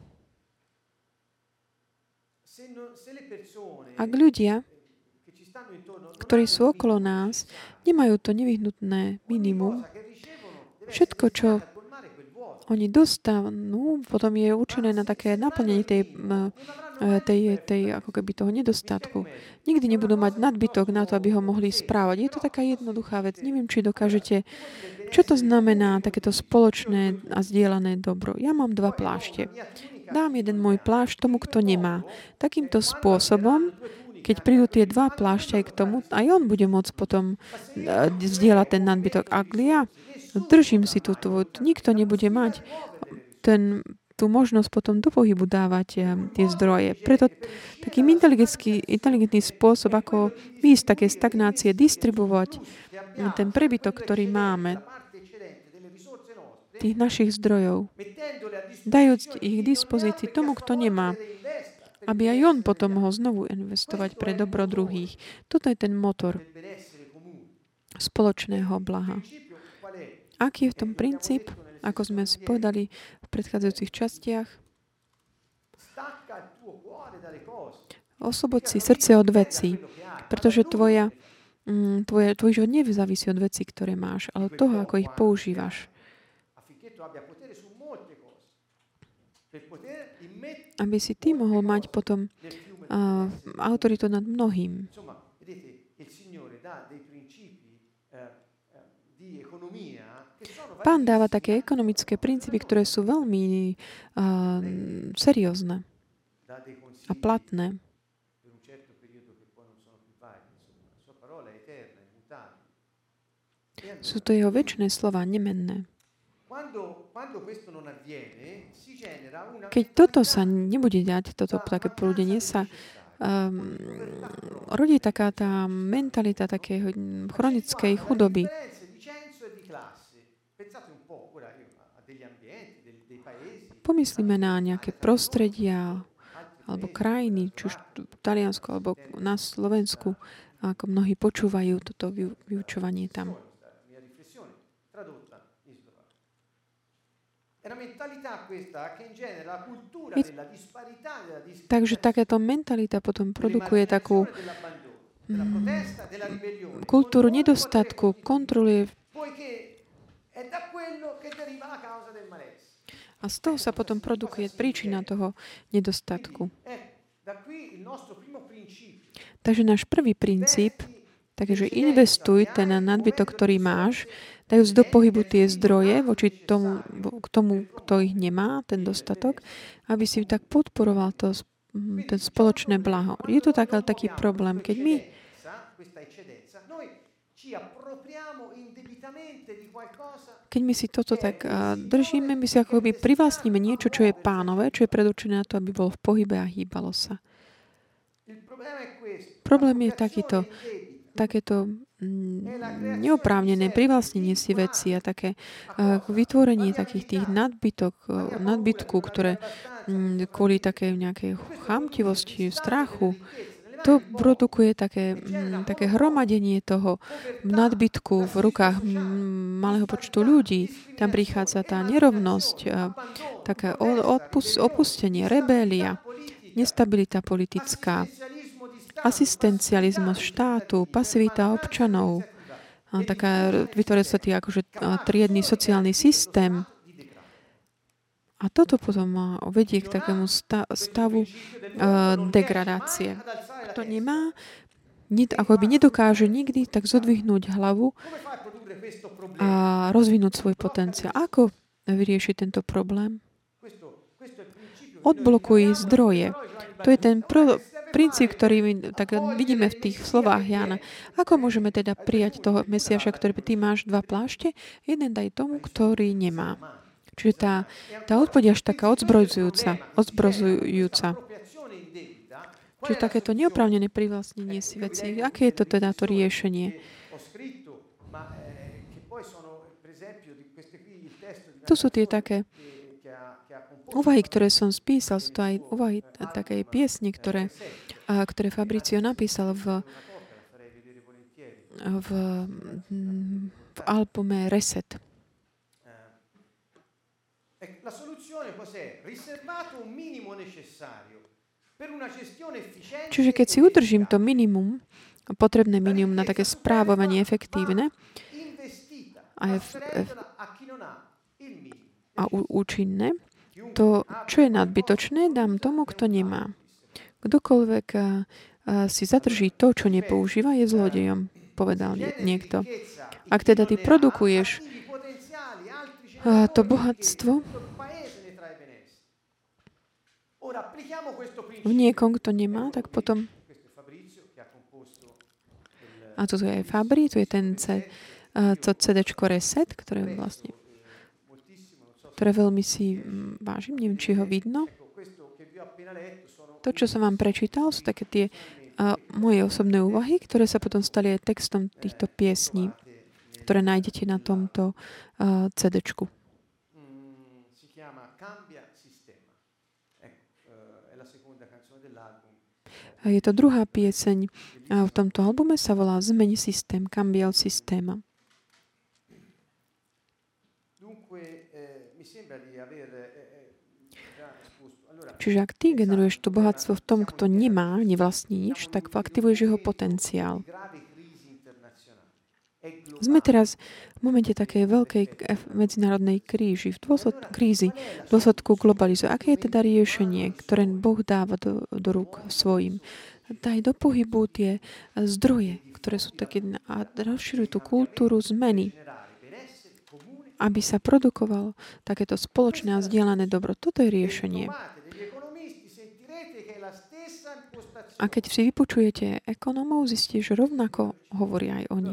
ak ľudia, ktorí sú okolo nás, nemajú to nevyhnutné minimum, všetko, čo oni dostanú, potom je určené na také naplnenie tej ako keby toho nedostatku. Nikdy nebudú mať nadbytok na to, aby ho mohli správať. Je to taká jednoduchá vec. Neviem, či dokážete, čo to znamená takéto spoločné a zdieľané dobro. Ja mám 2 plášte. Dám jeden môj plášť tomu, kto nemá. Takýmto spôsobom, keď prídu tie 2 plášte aj k tomu, aj on bude môcť potom zdieľať ten nadbytok. Ak ja držím si nikto nebude mať tú možnosť potom do pohybu dávať tie zdroje. Preto taký inteligentný spôsob, ako výjsť také stagnácie, distribuovať ten prebytok, ktorý máme, tých našich zdrojov, dajúc ich k dispozícii tomu, kto nemá, aby aj on potom mohol znovu investovať pre dobro druhých. Toto je ten motor spoločného blaha. Aký je v tom princíp, ako sme si povedali v predchádzajúcich častiach? Osloboď si srdce od vecí, pretože tvoj život nezávisí od vecí, ktoré máš, ale od toho, ako ich používaš. Aby si ty mohol mať potom autoritu nad mnohým. Pán dáva také ekonomické princípy, ktoré sú veľmi seriózne a platné. Sú to jeho večné slova, nemenné. Keď toto sa nebude diať, toto také prúdenie sa rodí taká tá mentalita takej chronickej chudoby. Pomyslíme na nejaké prostredia alebo krajiny, či už v Taliansku alebo na Slovensku, ako mnohí počúvajú toto vyučovanie tam. Takže takáto mentalita potom produkuje takú kultúru nedostatku, kontroluje. A z toho sa potom produkuje príčina toho nedostatku. Takže náš prvý princíp, takže investuj ten nadbytok, ktorý máš, dajú do pohybu tie zdroje voči k tomu, kto ich nemá, ten dostatok, aby si tak podporoval ten spoločné blaho. Je to taký problém, keď my si toto tak držíme, my si akoby privlastníme niečo, čo je pánové, čo je predurčené na to, aby bolo v pohybe a hýbalo sa. Problém je takéto neoprávnené privlastnenie si veci a také vytvorenie takých tých nadbytku, ktoré kvôli takej nejakej chamtivosti, strachu, to produkuje také hromadenie toho nadbytku v rukách malého počtu ľudí. Tam prichádza tá nerovnosť, také opustenie, rebélia, nestabilita politická, asistencializmus štátu, pasivita občanov, vytvoria sa triedny sociálny systém. A toto potom vedie k takému stavu degradácie. Kto nemá, ako by nedokáže nikdy tak zodvihnúť hlavu a rozvinúť svoj potenciál. Ako vyriešiť tento problém? Odblokuj zdroje. To je ten princíp, ktorý tak vidíme v tých slovách Jána. Ako môžeme teda prijať toho Mesiaša, ktorý ty máš 2 plášte? Jeden daj tomu, ktorý nemá. Čiže tá odpoveď až taká odzbrojujúca. Čiže takéto neoprávnené privlastnenie si veci. Aké je to teda to riešenie? To sú tie také úvahy, ktoré som spísal. Sú to aj úvahy také piesne, ktoré Fabrizio napísal v albume Reset. La soluzione cos'è? Riservato un minimo necessario per una gestione Čiže efficiente keď si ed udržím to efficace. minimum, potrebné La minimum na také ricchezza superflua správovanie va efektívne investita, a, trasferendola a chi non ha il minimo necessario. účinné, Chiunque to, čo abbia je qualcosa in nadbytočné, dám provvista tomu, è kto un nemá. ladro, disse Paolo. Kdokoľvek si zadrží Allora, to, čo ripeto, nepoužíva, je zlodejom, si povedal generi niekto. ricchezza in Ak chi teda non ty ne ha, produkuješ attivi potenziali, altri to generatori di ricchezza, bohatstvo tutto il paese ne trae benessere. Ora applichiamo questo v principio. niekom, kto nemá, Eccolo tak qui. potom... Questo è Fabrizio che ha composto A toto je aj Fabri, tu je ten to CD-čko Reset, ktoré vlastne ktoré veľmi si vážim, neviem, či ho vidno. To, čo som vám prečítal, sú také tie moje osobné úvahy, ktoré sa potom stali aj textom týchto piesní, ktoré nájdete na tomto CD-čku. Je to druhá pieseň v tomto albume, sa volá Zmeni systém, Cambia il sistema. Čiže ak ty generuješ to bohatstvo v tom, kto nemá, nevlastní nič, tak aktivuješ jeho potenciál. Sme teraz v momente takej veľkej medzinárodnej krízy, v dôsledku globalizácie. Aké je teda riešenie, ktoré Boh dáva do rúk svojim? Daj do pohybu tie zdroje, ktoré sú také a rozširujú tú kultúru zmeny, aby sa produkovalo takéto spoločné a zdieľané dobro. Toto je riešenie. A keď si vypočujete ekonomov, zistíte, že rovnako hovoria aj oni.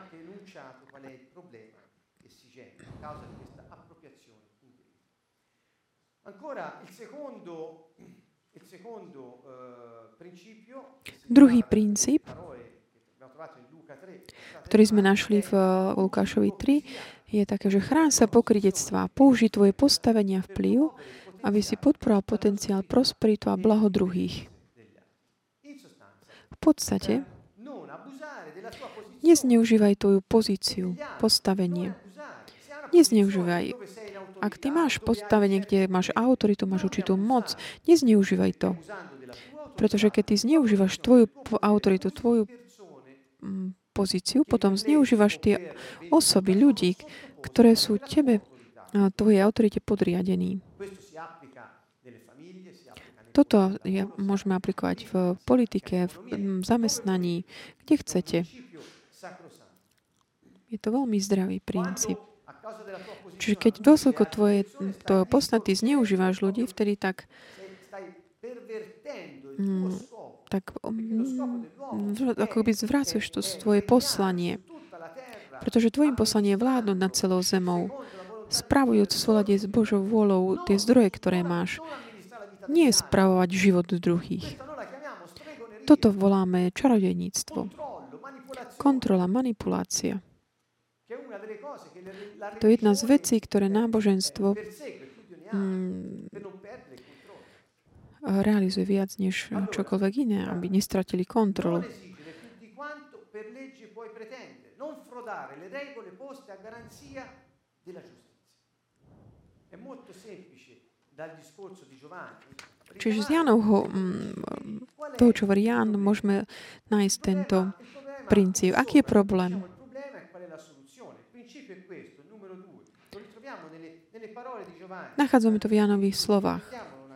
Druhý princíp, ktorý sme našli v Lukášovi 3, je také, že chráň sa pokrytectvá, použij tvoje postavenia vplyv, aby si podporoval potenciál prosperitu a blaho druhých. V podstate, nezneužívaj tvoju pozíciu, postavenie. Nezneužívaj. Ak ty máš postavenie, kde máš autoritu, máš určitú moc, nezneužívaj to. Pretože keď ty zneužívaš tvoju autoritu, tvoju pozíciu, potom zneužívaš tie osoby, ľudí, ktoré sú tebe, tvojej autorite podriadení. Toto môžeme aplikovať v politike, v zamestnaní, kde chcete. Je to veľmi zdravý princíp. Čiže keď v dôsledku tvojej podstaty zneužívaš ľudí, vtedy tak akoby zvrácaš to svoje poslanie. Pretože tvojim poslanie je vládnuť nad celou zemou, spravujúc v súlade s Božou vôľou tie zdroje, ktoré máš. Nie je spravovať život druhých. Toto voláme čarodejníctvo. Kontrola, manipulácia. To je jedna z vecí, ktoré náboženstvo realizuje viac než čokoľvek iné, aby nestratili kontrolu. Čiže z Jánovho, toho, čo hovorí Ján, môžeme nájsť tento princíp. Aký je problém? Nachádzame to v Jánových slovách.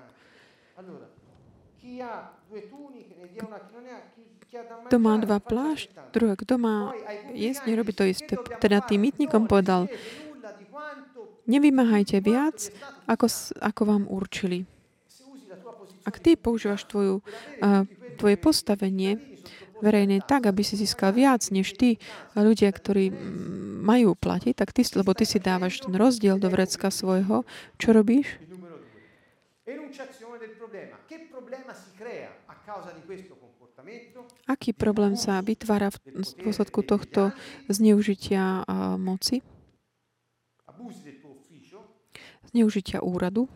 Kto má dva plášť, druhé, kto má jesť, nerobí to isté. Teda tým mýtnikom povedal, nevymáhajte viac, ako vám určili. Ak ty používaš tvoje postavenie verejné tak, aby si získal viac, než tí ľudia, ktorí majú platiť, tak lebo ty si dávaš ten rozdiel do vrecka svojho, čo robíš? Aký problém sa vytvára v dôsledku tohto zneužitia moci? Zneužitia úradu?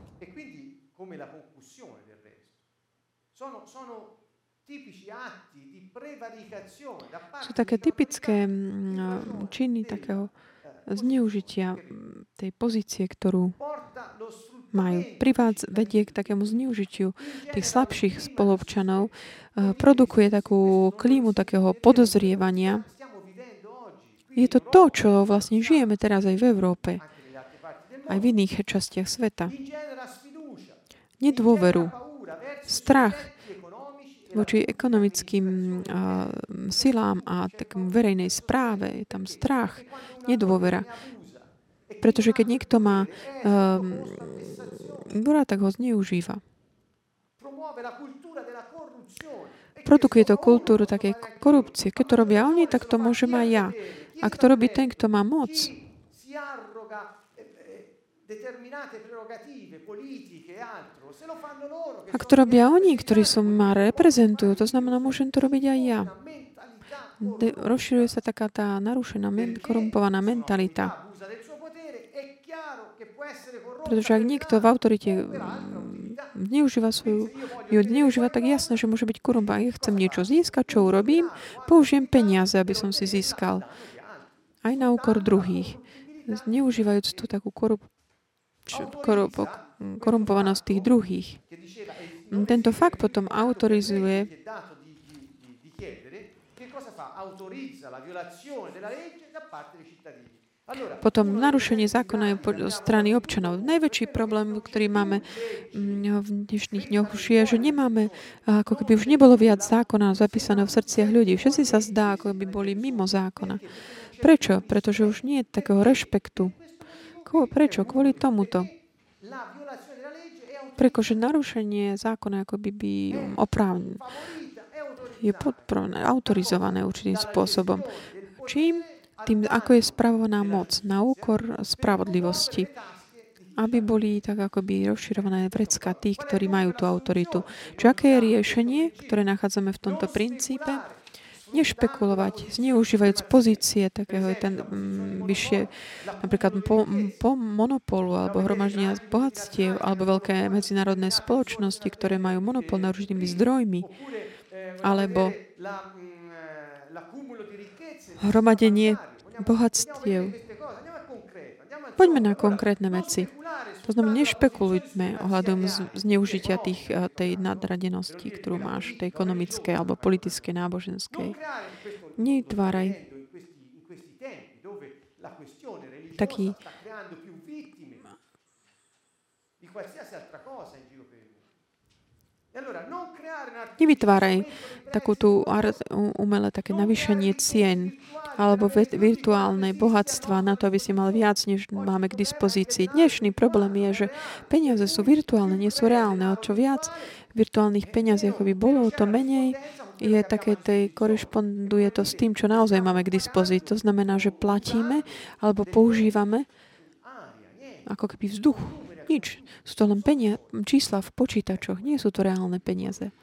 Sú také typické činy takého zneužitia tej pozície, ktorú porta lo majú. sfruttamento Vedie k takému zneužitiu tých slabších spolupčanov, produkuje takú klímu takého podozrievania. stiamo vivendo oggi, Je to to, čo vlastne žijeme teraz aj v Európe, anche nelle altre parti del aj v mondo, iných častiach sveta. ingenera sfiducia, Nedôveru, paura verso i strach soggetti economici e la voči ekonomickým silám a takému verejnej správe. Je tam strach, nedôvera. Pretože keď niekto má dôra, tak ho zneužíva. promuove la cultura della corruzione. E Produkuje to kultúru takej korupcie. Keď to robia oni, tak to môžem aj ja. Ak to robí ten, kto má moc, chi si arroga determinate prerogative politiche e altro, se lo fanno loro che ak to robia oni, ktorí ma reprezentujú, to znamená, môžem to robiť aj ja. sono una mentalità Rozširuje sa taká tá narušená, korumpovaná mentalita. abusa del suo potere, è chiaro che può essere corrotta Pretože ak niekto v autorite zneužíva, tak jasné, že môže byť korumpovaný. Ja chcem niečo získať, čo urobím, použijem peniaze, aby som si získal. Aj na úkor druhých. Zneužívajúc tú takú korumpovanosť tých druhých. che diceva Tento fakt potom autorizuje, è dato di chiedere che cosa fa? Autorizza la violazione della legge da parte dei cittadini. Allora, potom narušenie zákona zo strany občanov. Najväčší problém, ktorý máme v dnešných dňoch, už je, že nemáme, ako keby už nebolo viac zákona zapísaného v srdciach ľudí. Všetci sa zdá, ako by boli mimo zákona. Prečo? Pretože už nie je takého rešpektu. Prečo? Kvôli tomuto. la violazione della legge è Pretože narušenie zákona ako by oprávnené. favorita, è Je autorizované určitým spôsobom. Čím? Tým, ako je spravovaná moc na úkor spravodlivosti. Aby boli tak akoby rozširované vrecká tých, ktorí majú tú autoritu. Čiže aké je riešenie, ktoré nachádzame v tomto princípe? Nešpekulovať, zneužívajúc pozície takého vyššie, napríklad po monopolu alebo hromaždenia bohatstiev alebo veľké medzinárodné spoločnosti, ktoré majú monopol na rôznymi zdrojmi, alebo hromadenie bohatstiev. Poďme na konkrétne veci. To znamená, nešpekulujme ohľadom zneužitia tej nadradenosti, ktorú máš, tej ekonomickej alebo politickej, náboženskej. Netváraj taký Nevytváraj takú tú umelé také navýšenie cien alebo virtuálne bohatstva na to, aby si mal viac, než máme k dispozícii. Dnešný problém je, že peniaze sú virtuálne, nie sú reálne. O čo viac virtuálnych peniazí, ako by bolo, o to menej je také, korešponduje to s tým, čo naozaj máme k dispozícii. To znamená, že platíme alebo používame ako keby vzduch. Nič. Sú to len čísla v počítačoch. Nie sú to reálne peniaze.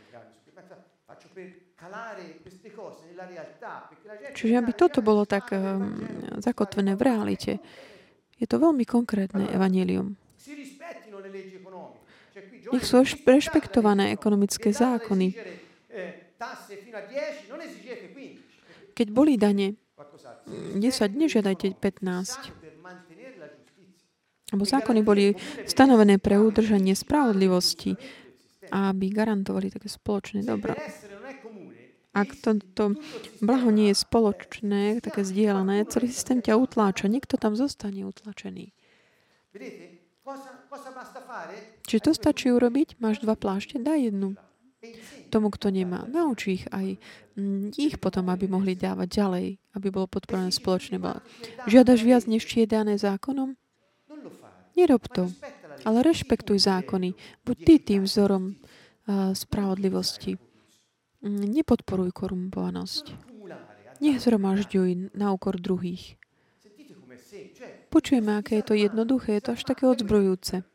Čiže aby toto bolo tak zakotvené v realite, je to veľmi konkrétne evanjelium. Nech sú rešpektované ekonomické zákony. Keď boli dane 10, nežiadajte 15. Lebo zákony boli stanovené pre udržanie spravodlivosti, aby garantovali také spoločné dobro. Ak to blaho nie je spoločné, také zdieľané, celý systém ťa utláča. Niekto tam zostane utlačený. Čiže to stačí urobiť? Máš 2 plášte? Daj jednu. Tomu, kto nemá. Nauč ich aj ich potom, aby mohli dávať ďalej, aby bolo podporené spoločné blaho. Žiadaš viac, než ti je dané zákonom? Nerob to, ale rešpektuj zákony. Buď ty tým vzorom spravodlivosti. Nepodporuj korumpovanosť. Nezhromažďuj na úkor druhých. Počujeme, aké je to jednoduché, je to až také odzbrojujúce.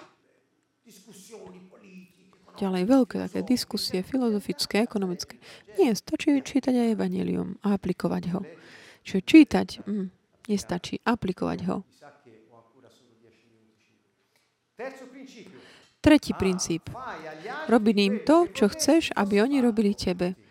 Ďalej veľké také diskusie, filozofické, ekonomické. Nie, stačí čítať aj evanjelium a aplikovať ho. Čiže čítať nestačí, aplikovať ho. Tretí princíp. Robi im to, čo chceš, aby oni robili tebe.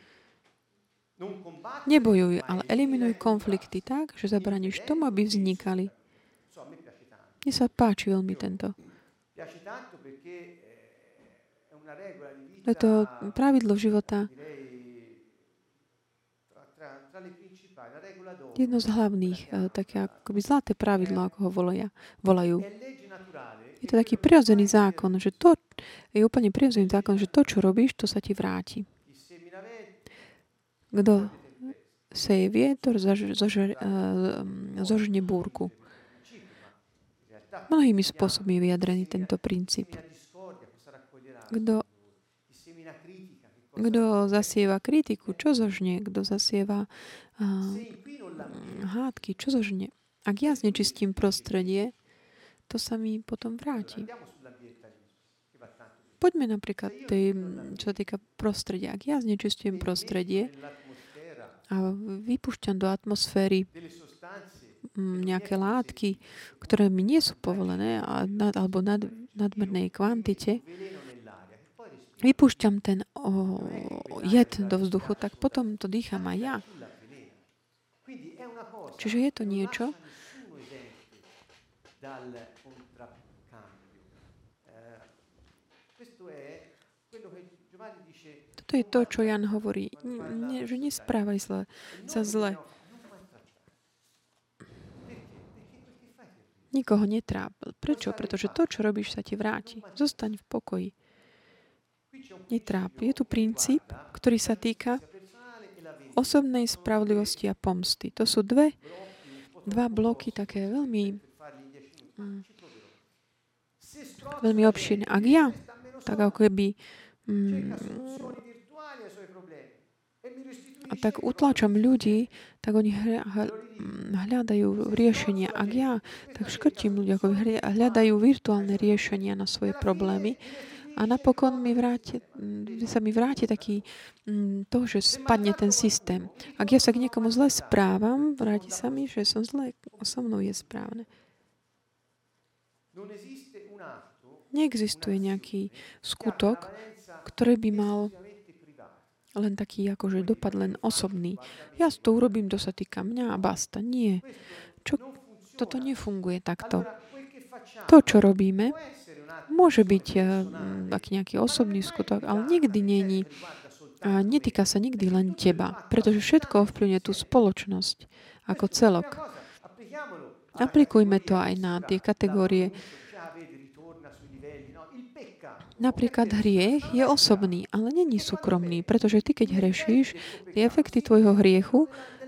Nebojuj, ale eliminuj konflikty tak, že zabraníš tomu, aby vznikali. Mne sa páči veľmi tento. Piace tanto perché è una regola di Je to vita, pravidlo života, direi, tra le principali, la regola d'oro, jedno z hlavných, také akoby zlaté pravidlo, ako ho volajú. è legge naturale Je che to taký quello che prirodzený fai zákon, že to je úplne prirodzený zákon, že to, čo robíš, to sa ti vráti. chi semina vento, Kto raccoglie tempeste. seje vietor, zožne búrku. Principio, ma in realtà Mnohými spôsobmi je vyjadrený tento chi princíp. semina discordia cosa raccoglierà? Kto, Chi semina critica, che cosa kto zasieva kritiku, čo zožne? Kto zasieva se inquino l'ambiente, hádky, čo zožne? Ak ja znečistím prostredie, to sa mi potom vráti. andiamo sull'ambientalismo, che va tanto bene. Poďme napríklad, čo sa týka prostredia. Ak ja znečistujem prostredie Nell'atmosfera a vypúšťam do atmosféry delle sostanze nejaké látky, ktoré mi nie sú povolené alebo nadmernej kvantite, veleno nell'aria, che poi respiri vypúšťam ten jed do vzduchu, tak potom to dýcham aj ja. sull'avveleno. Quindi è una cosa Čiže je to che non niečo, lascia nessuno esente dal contraccambio. Questo è quello che Giovanni dice, toto je to, čo Jan hovorí, že nesprávaj sa zle. non maltrattare. Perché? Perché quel che fai ti arriva. Nikoho netrápil. Prečo? Pretože to, čo robíš, sa ti vráti. Zostaň v pokoji. Qui c'è un Netráp. Je tu princíp, ktorý sa týka personale e la vendita. osobnej spravodlivosti a pomsty. To sú dva bloky také veľmi, Farli in 10 minuti, ci proverò. Se strozzo veľmi obšírne. Ak ja, sta meno tak solo, ako keby cerca soluzioni virtuali ai suoi problemi e mi restituisce a tak utláčam ľudí, tak oni hľadajú riešenia. Ak ja tak škrtím ľudí, ako hľadajú virtuálne riešenia na svoje problémy a napokon sa mi vráti taký to, že spadne ten systém. Ak ja sa k niekomu zle správam, vráti sa mi, že som zle, so mnou je správne. non esiste un atto Neexistuje nejaký skutok, ktorý by mal esclusivamente privato. len taký akože dopad len osobný. Ja to urobím, to sa týka mňa a basta. Nie. Toto nefunguje takto. Quel che facciamo To, čo robíme, può essere un atto môže byť taký nejaký osobný skutok, ale nikdy není, netýka sa nikdy len teba, pretože všetko ovplyvňuje tú spoločnosť ako celok. cosa, applichiamolo Aplikujme to aj na tie kategórie. già vedi ritorna sui livelli, no? Il peccato Napríklad hriech je osobný, ale není súkromný, pretože ty, keď hrešíš, tie efekty tvojho hriechu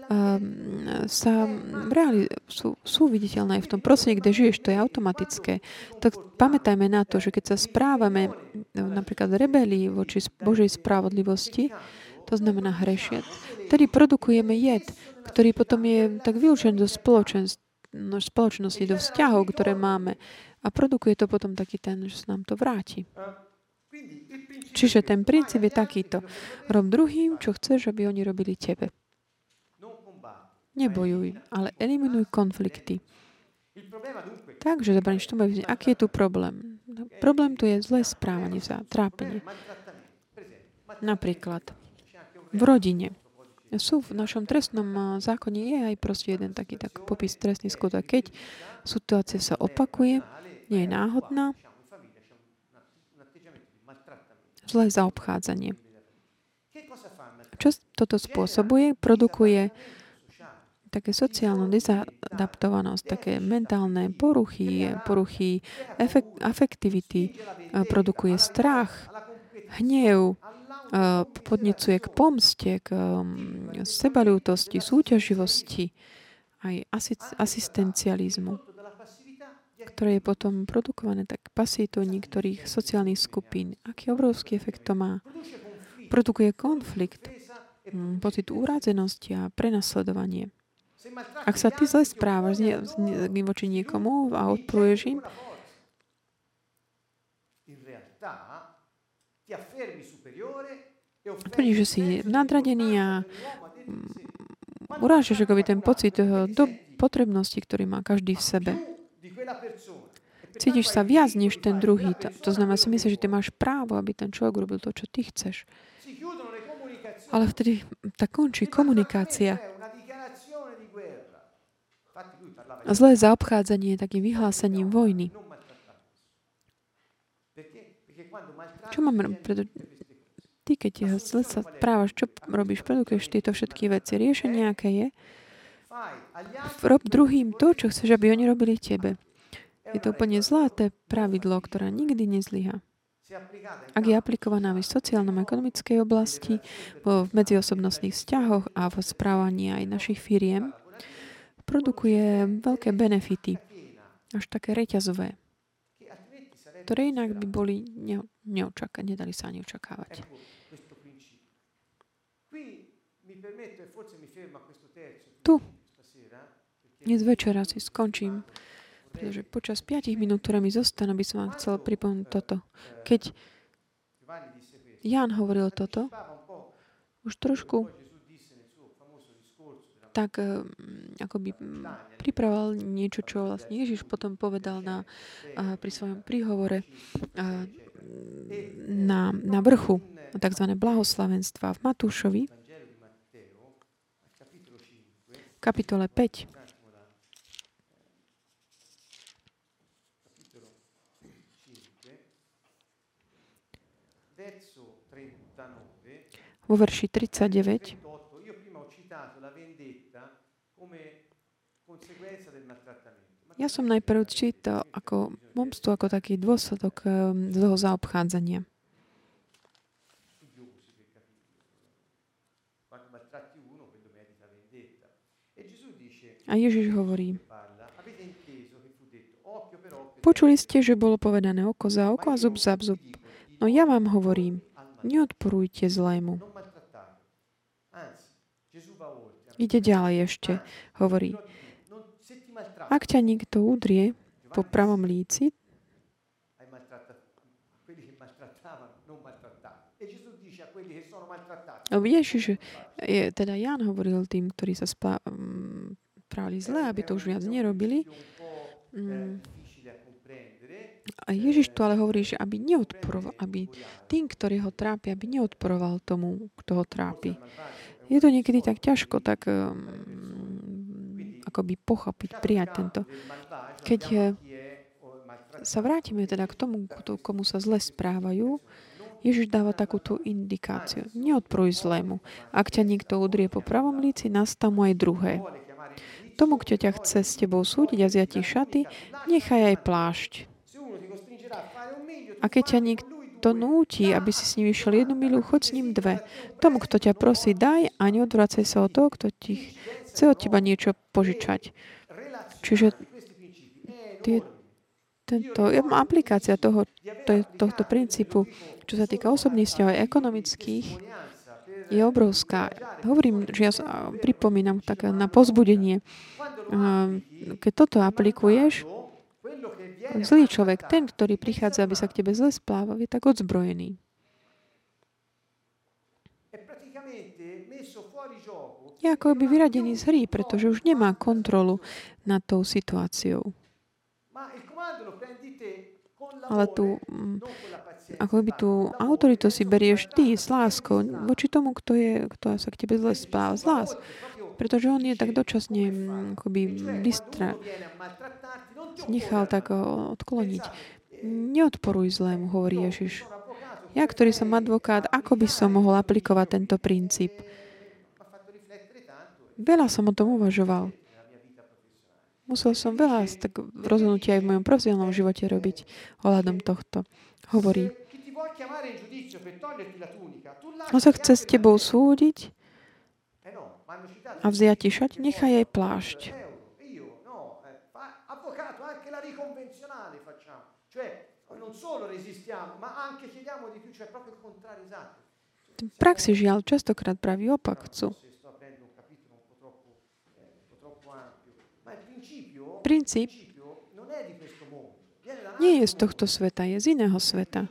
sú viditeľné aj v tom prostredí, kde žiješ, to je automatické. Tak pamätajme na to, že keď sa správame napríklad v rebelii voči Božej spravodlivosti, to znamená hrešiac, vtedy produkujeme jed, ktorý potom je tak vylúčený do spoločnosti, do vzťahov, ktoré máme. A produkuje to potom taký ten, že sa nám to vráti. quindi il principio Čiže ten princíp je takýto. Rob druhým, čo chceš, aby oni robili tebe. non combatte. Nebojuj, ale eliminuj konflikty. Il problema dunque Takže zabraníš tomu, aký je tu problém. Problém tu je zlé správanie sa, trápenie. maltrattamento. Per esempio, Napríklad c'è anche un v rodine. Sú v našom trestnom zákone je aj proste jeden taký popis trestný skutok. Keď situácia sa opakuje, nie je náhodná, diciamo, in famiglia c'è un atteggiamento di maltrattamento. zlé zaobchádzanie. Che cosa fa il Čo toto spôsobuje? Produkuje sociale? také sociálnu dezadaptovanosť, také mentálne poruchy afektivity, produkuje strach, hnev, podnecuje k pomste, k sebaľútosti, súťaživosti, aj asistencializmu, ktoré je potom produkované tak pasivitou niektorých sociálnych skupín. Aký obrovský efekt to má? Produkuje konflikt, pocit úradzenosti a prenasledovanie. Ak sa ty zle správaš voči niekomu a odporuješ im, tvrdíš, že si nadradený a urážaš akoby ten pocit do potrebnosti, ktorý má každý v sebe. Cítiš sa viac než ten druhý. To znamená, si myslíš, že ty máš právo, aby ten človek urobil to, čo ty chceš. Ale vtedy tak končí komunikácia. Zlé zaobchádzanie je takým vyhlásením vojny. Čo máme robiť? Ty, keď zle sa správaš, čo robíš? Produkuješ tieto všetky veci. Riešenie, aké je? Rob druhým to, čo chceš, aby oni robili tebe. Je to úplne zlaté pravidlo, ktoré nikdy nezlyhá. Ak je aplikovaná v sociálnom a ekonomickej oblasti, v medziosobnostných vzťahoch a v správaní aj našich firiem, produkuje veľké benefity, až také reťazové, ktoré inak by boli nedali sa ani očakávať. Tu dnes večera si skončím, pretože počas 5 minút, ktoré mi zostanú, by som vám chcel pripomnúť toto. Keď Ján hovoril toto, už trošku tak akoby pripravoval niečo, čo vlastne Ježiš potom povedal pri svojom príhovore na vrchu, tzv. Blahoslavenstva v Matúšovi, kapitole 5. Vo verši 39. Ja som najprv čítal ako pomstu, ako taký dôsledok zlého zaobchádzania. A Ježiš hovorí, počuli ste, že bolo povedané oko za oko a zub za zub. No ja vám hovorím, neodporujte zlému. Ide ďalej ešte, hovorí, ak ťa niekto udrie po pravom líci, Ježiš, teda Ján hovoril tým, ktorí sa správali zle, aby to už viac nerobili. A Ježiš tu ale hovorí, že aby neodporoval, aby tým, ktorý ho trápi, aby neodporoval tomu, kto ho trápi. Je to niekedy tak ťažko, tak akoby pochopiť, prijať tento. Keď sa vrátime teda k tomu, komu sa zle správajú, Ježiš dáva takúto indikáciu. Neodporuj zlému. Ak ťa niekto udrie po pravom líci, nastav mu aj druhé. Tomu, kto ťa chce s tebou súdiť a vziať ti šaty, nechaj aj plášť. A keď ťa niekto núti, aby si s ním išiel 1 miľu, choď s ním 2. Tomu, kto ťa prosí, daj a neodvracaj sa od toho, kto ti chce od teba niečo požičať. Čiže aplikácia tohto princípu, čo sa týka osobných vzťahov aj ekonomických, je obrovská. Hovorím, že ja pripomínam tak na povzbudenie. Keď toto aplikuješ, zlý človek, ten, ktorý prichádza, aby sa k tebe zle správal, je tak odzbrojený. Je ako by vyradený z hry, pretože už nemá kontrolu nad tou situáciou. Ale ako by tú autoritu si berieš ty s láskou voči tomu, kto sa k tebe zle správa z lás. Pretože on je tak dočasne akoby nechal tak odkloniť. Neodporuj zlému, hovorí Ježiš. Ja, ktorý som advokát, ako by som mohol aplikovať tento princíp? Veľa som o tom uvažoval. Musel som veľa tak rozhodnutí aj v mojom profesionálnom živote robiť ohľadom tohto. Hovorí, on sa chce s tebou súdiť a vziať ti šať, nechaj aj plášť. V praxi žiaľ častokrát pravý opak chcú. Princíp nie je z tohto sveta, je z iného sveta.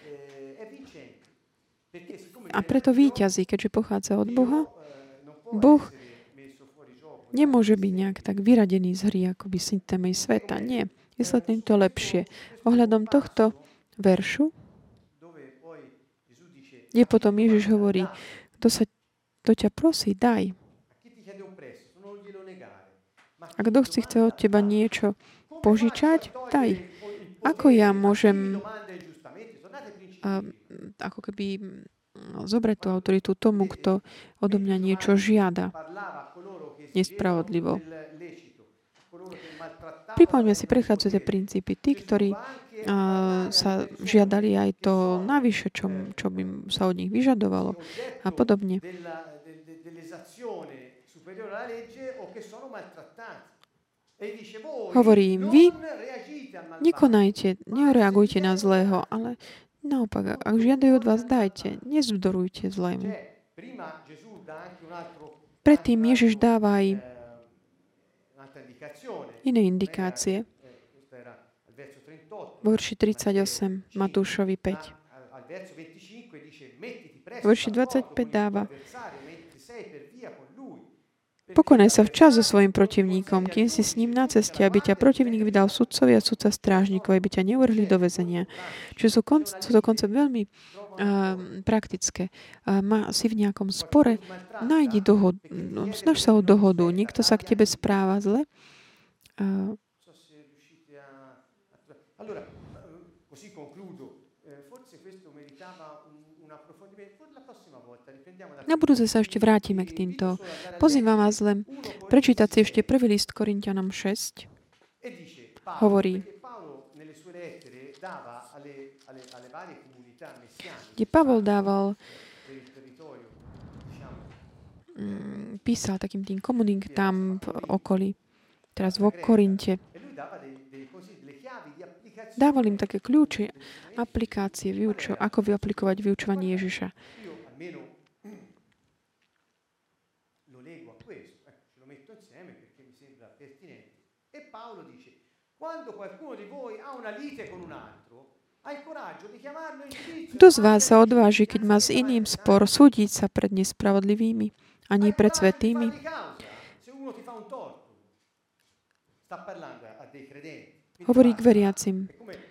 A preto víťazí, keďže pochádza od Boha. Boh nemôže byť nejak tak vyradený z hry, ako by systémy sveta. Nie. Vysvetlím to lepšie. Ohľadom tohto veršu, kde potom Ježiš hovorí, kto ťa prosí, daj. A kto chce od teba niečo požičať, daj. Ako ja môžem ako keby zobrať tú autoritu tomu, kto odo mňa niečo žiada nespravodlivo. Pripomňme si predchádzajúce princípy. Tí, ktorí sa žiadali aj to navyše, čo by sa od nich vyžadovalo a podobne. Hovorí im, vy nekonajte, nereagujte na zlého, ale naopak, ak žiadajú od vás, dajte, nezvzdorujte zlému. Predtým Ježiš dáva aj iné indikácie. Vo verši 38, Matúšovi 5. Vo verši 25 dáva: Pokonaj sa včas so svojim protivníkom, kým si s ním na ceste, aby ťa protivník vydal sudcovi a sudca strážnikovi, aby ťa neuvrhli do väzenia. Čiže sú dokonca veľmi praktické. Si v nejakom spore, nájdi dohodu, snaž sa o dohodu. Niekto sa k tebe správa zle. Na budúce sa ešte vrátime k týmto. Pozývam vás len prečítať si ešte prvý list Korinťanom 6. Hovorí, kde Pavol písal takým tým komunitám v okolí, teraz vo Korinte. Dával im také kľúče, aplikácie, ako vyaplikovať vyučovanie Ježiša. Kto z vás sa odváži, keď má s iným spor, súdiť sa pred nespravodlivými a nie pred svätými? Hovorí k veriacim.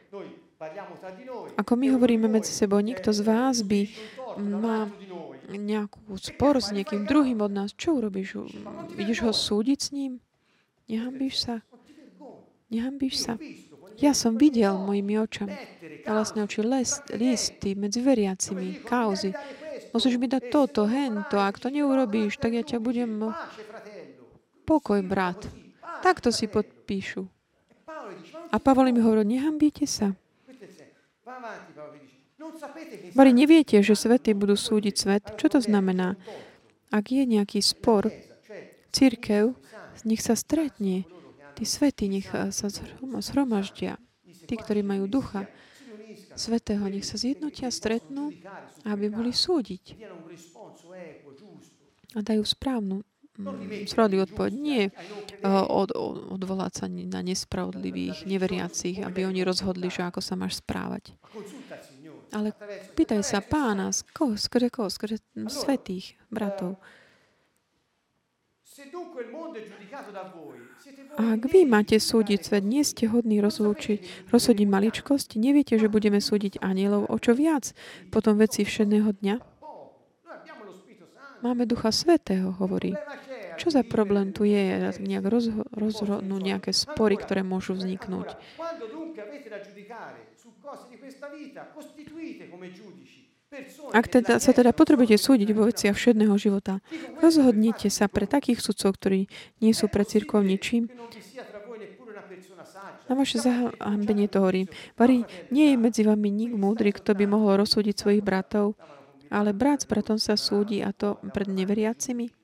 Ako my hovoríme medzi sebou, niekto z vás by má nejakú spor s niekým druhým od nás. Čo urobíš? Ideš ho súdiť s ním? Nehanbíš sa? Nehanbíš sa? Ja som videl mojimi očami a vlastne oči listy medzi veriacimi, kauzy. Musíš mi dať toto, hento. Ak to neurobíš, tak ja ťa budem... Pokoj, brat. Takto si podpíšu. A Pavol im hovoril, nehanbíte sa. Bari, neviete, že svety budú súdiť svet? Čo to znamená? Ak je nejaký spor, cirkev, nech sa stretne. Tí svety nech sa zhromaždia. Tí, ktorí majú ducha svätého, nech sa zjednotia, stretnú, aby mohli súdiť. A dajú správnu, spravodlivú odpoveď. Nie odvolať sa na nespravodlivých, neveriacich, aby oni rozhodli, že ako sa máš správať. Ale pýtaj sa Pána, skrze svätých bratov. A ak vy máte súdiť svet, nie ste hodní rozsúdiť maličkosti, neviete, že budeme súdiť anielov, o čo viac potom veci všedného dňa? Máme Ducha Svätého, hovorí. Čo za problém tu je? Nejak rozhodnúť nejaké spory, ktoré môžu vzniknúť. Ak sa potrebujete súdiť vo veciach všedného života, rozhodnite sa pre takých sudcov, ktorí nie sú pre cirkev ničím. Na vaše zahambenie to hovorím. Vari, nie je medzi vami nik múdry, kto by mohol rozsúdiť svojich bratov, ale brat s bratom sa súdi, a to pred neveriacimi.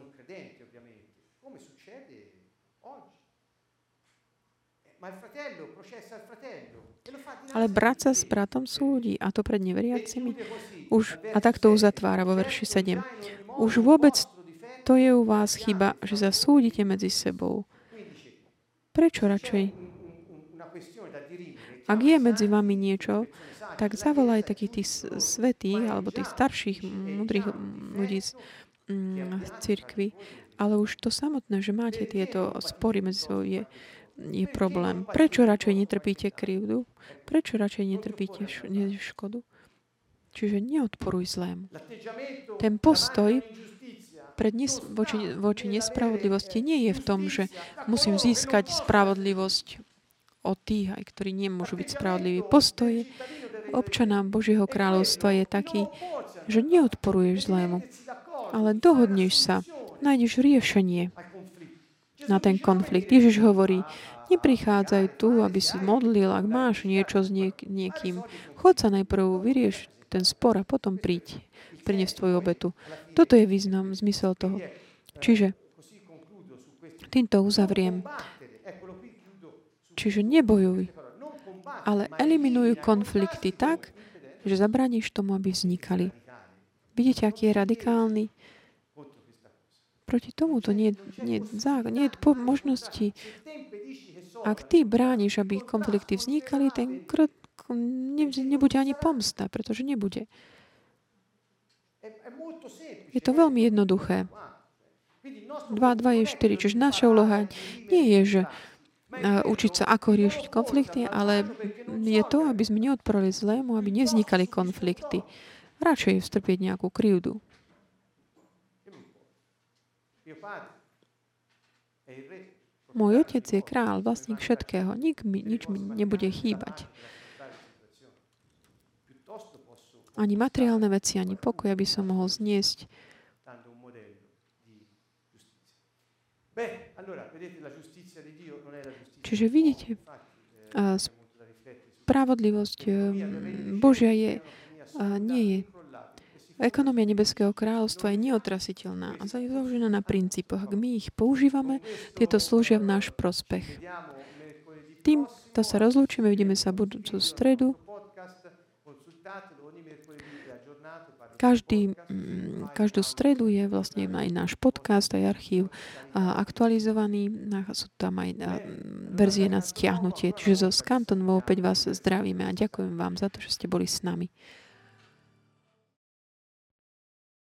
Ale brat sa s bratom súdi, a to pred neveriacimi. A tak to uzatvára vo verši 7. Už vôbec to je u vás chyba, že sa súdite medzi sebou. Prečo radšej? Ak je medzi vami niečo, tak zavolaj takých tých svätých, alebo tých starších, múdrych ľudí z cirkvi. Ale už to samotné, že máte tieto spory medzi sebou, je problém. Prečo radšej netrpíte krivdu? Prečo radšej netrpíte škodu? Čiže neodporuj zlému. Ten postoj voči nespravodlivosti nie je v tom, že musím získať spravodlivosť od tých, aj ktorí nemôžu byť spravodliví. Postoj občana Božieho kráľovstva je taký, že neodporuješ zlému, ale dohodneš sa, nájdeš riešenie na ten konflikt. Ježiš hovorí, neprichádzaj tu, aby si modlil, ak máš niečo s niekým. Chod sa najprv, vyrieš ten spor a potom priniesť tvoju obetu. Toto je význam, zmysel toho. Čiže týmto uzavriem. Čiže nebojuj, ale eliminuj konflikty tak, že zabrániš tomu, aby vznikali. Vidíte, aký je radikálny? Proti tomu to nie je možnosti. Ak ty brániš, aby konflikty vznikali, ten krok nebude ani pomsta, pretože nebude. Je to veľmi jednoduché. 2 je 4. Čiže naša úloha nie je, že učiť sa, ako riešiť konflikty, ale je to, aby sme neodporali zlému, aby nevznikali konflikty. Radšej strpieť nejakú krivdu. Môj otec je král, vlastník všetkého. Nič mi nebude chýbať. Ani materiálne veci, ani pokoj, aby som mohol zniesť. Čiže vidíte, spravodlivosť Božia nie je. Ekonomia nebeského kráľovstva je neotrasiteľná a založená na princípoch. Ak my ich používame, tieto slúžia v náš prospech. Týmto sa rozlúčime, vidíme sa budúcu stredu. Každú stredu je vlastne aj náš podcast, aj archív aktualizovaný. Sú tam aj verzie na stiahnutie. Čiže zo Skantonovo opäť vás zdravíme a ďakujem vám za to, že ste boli s nami.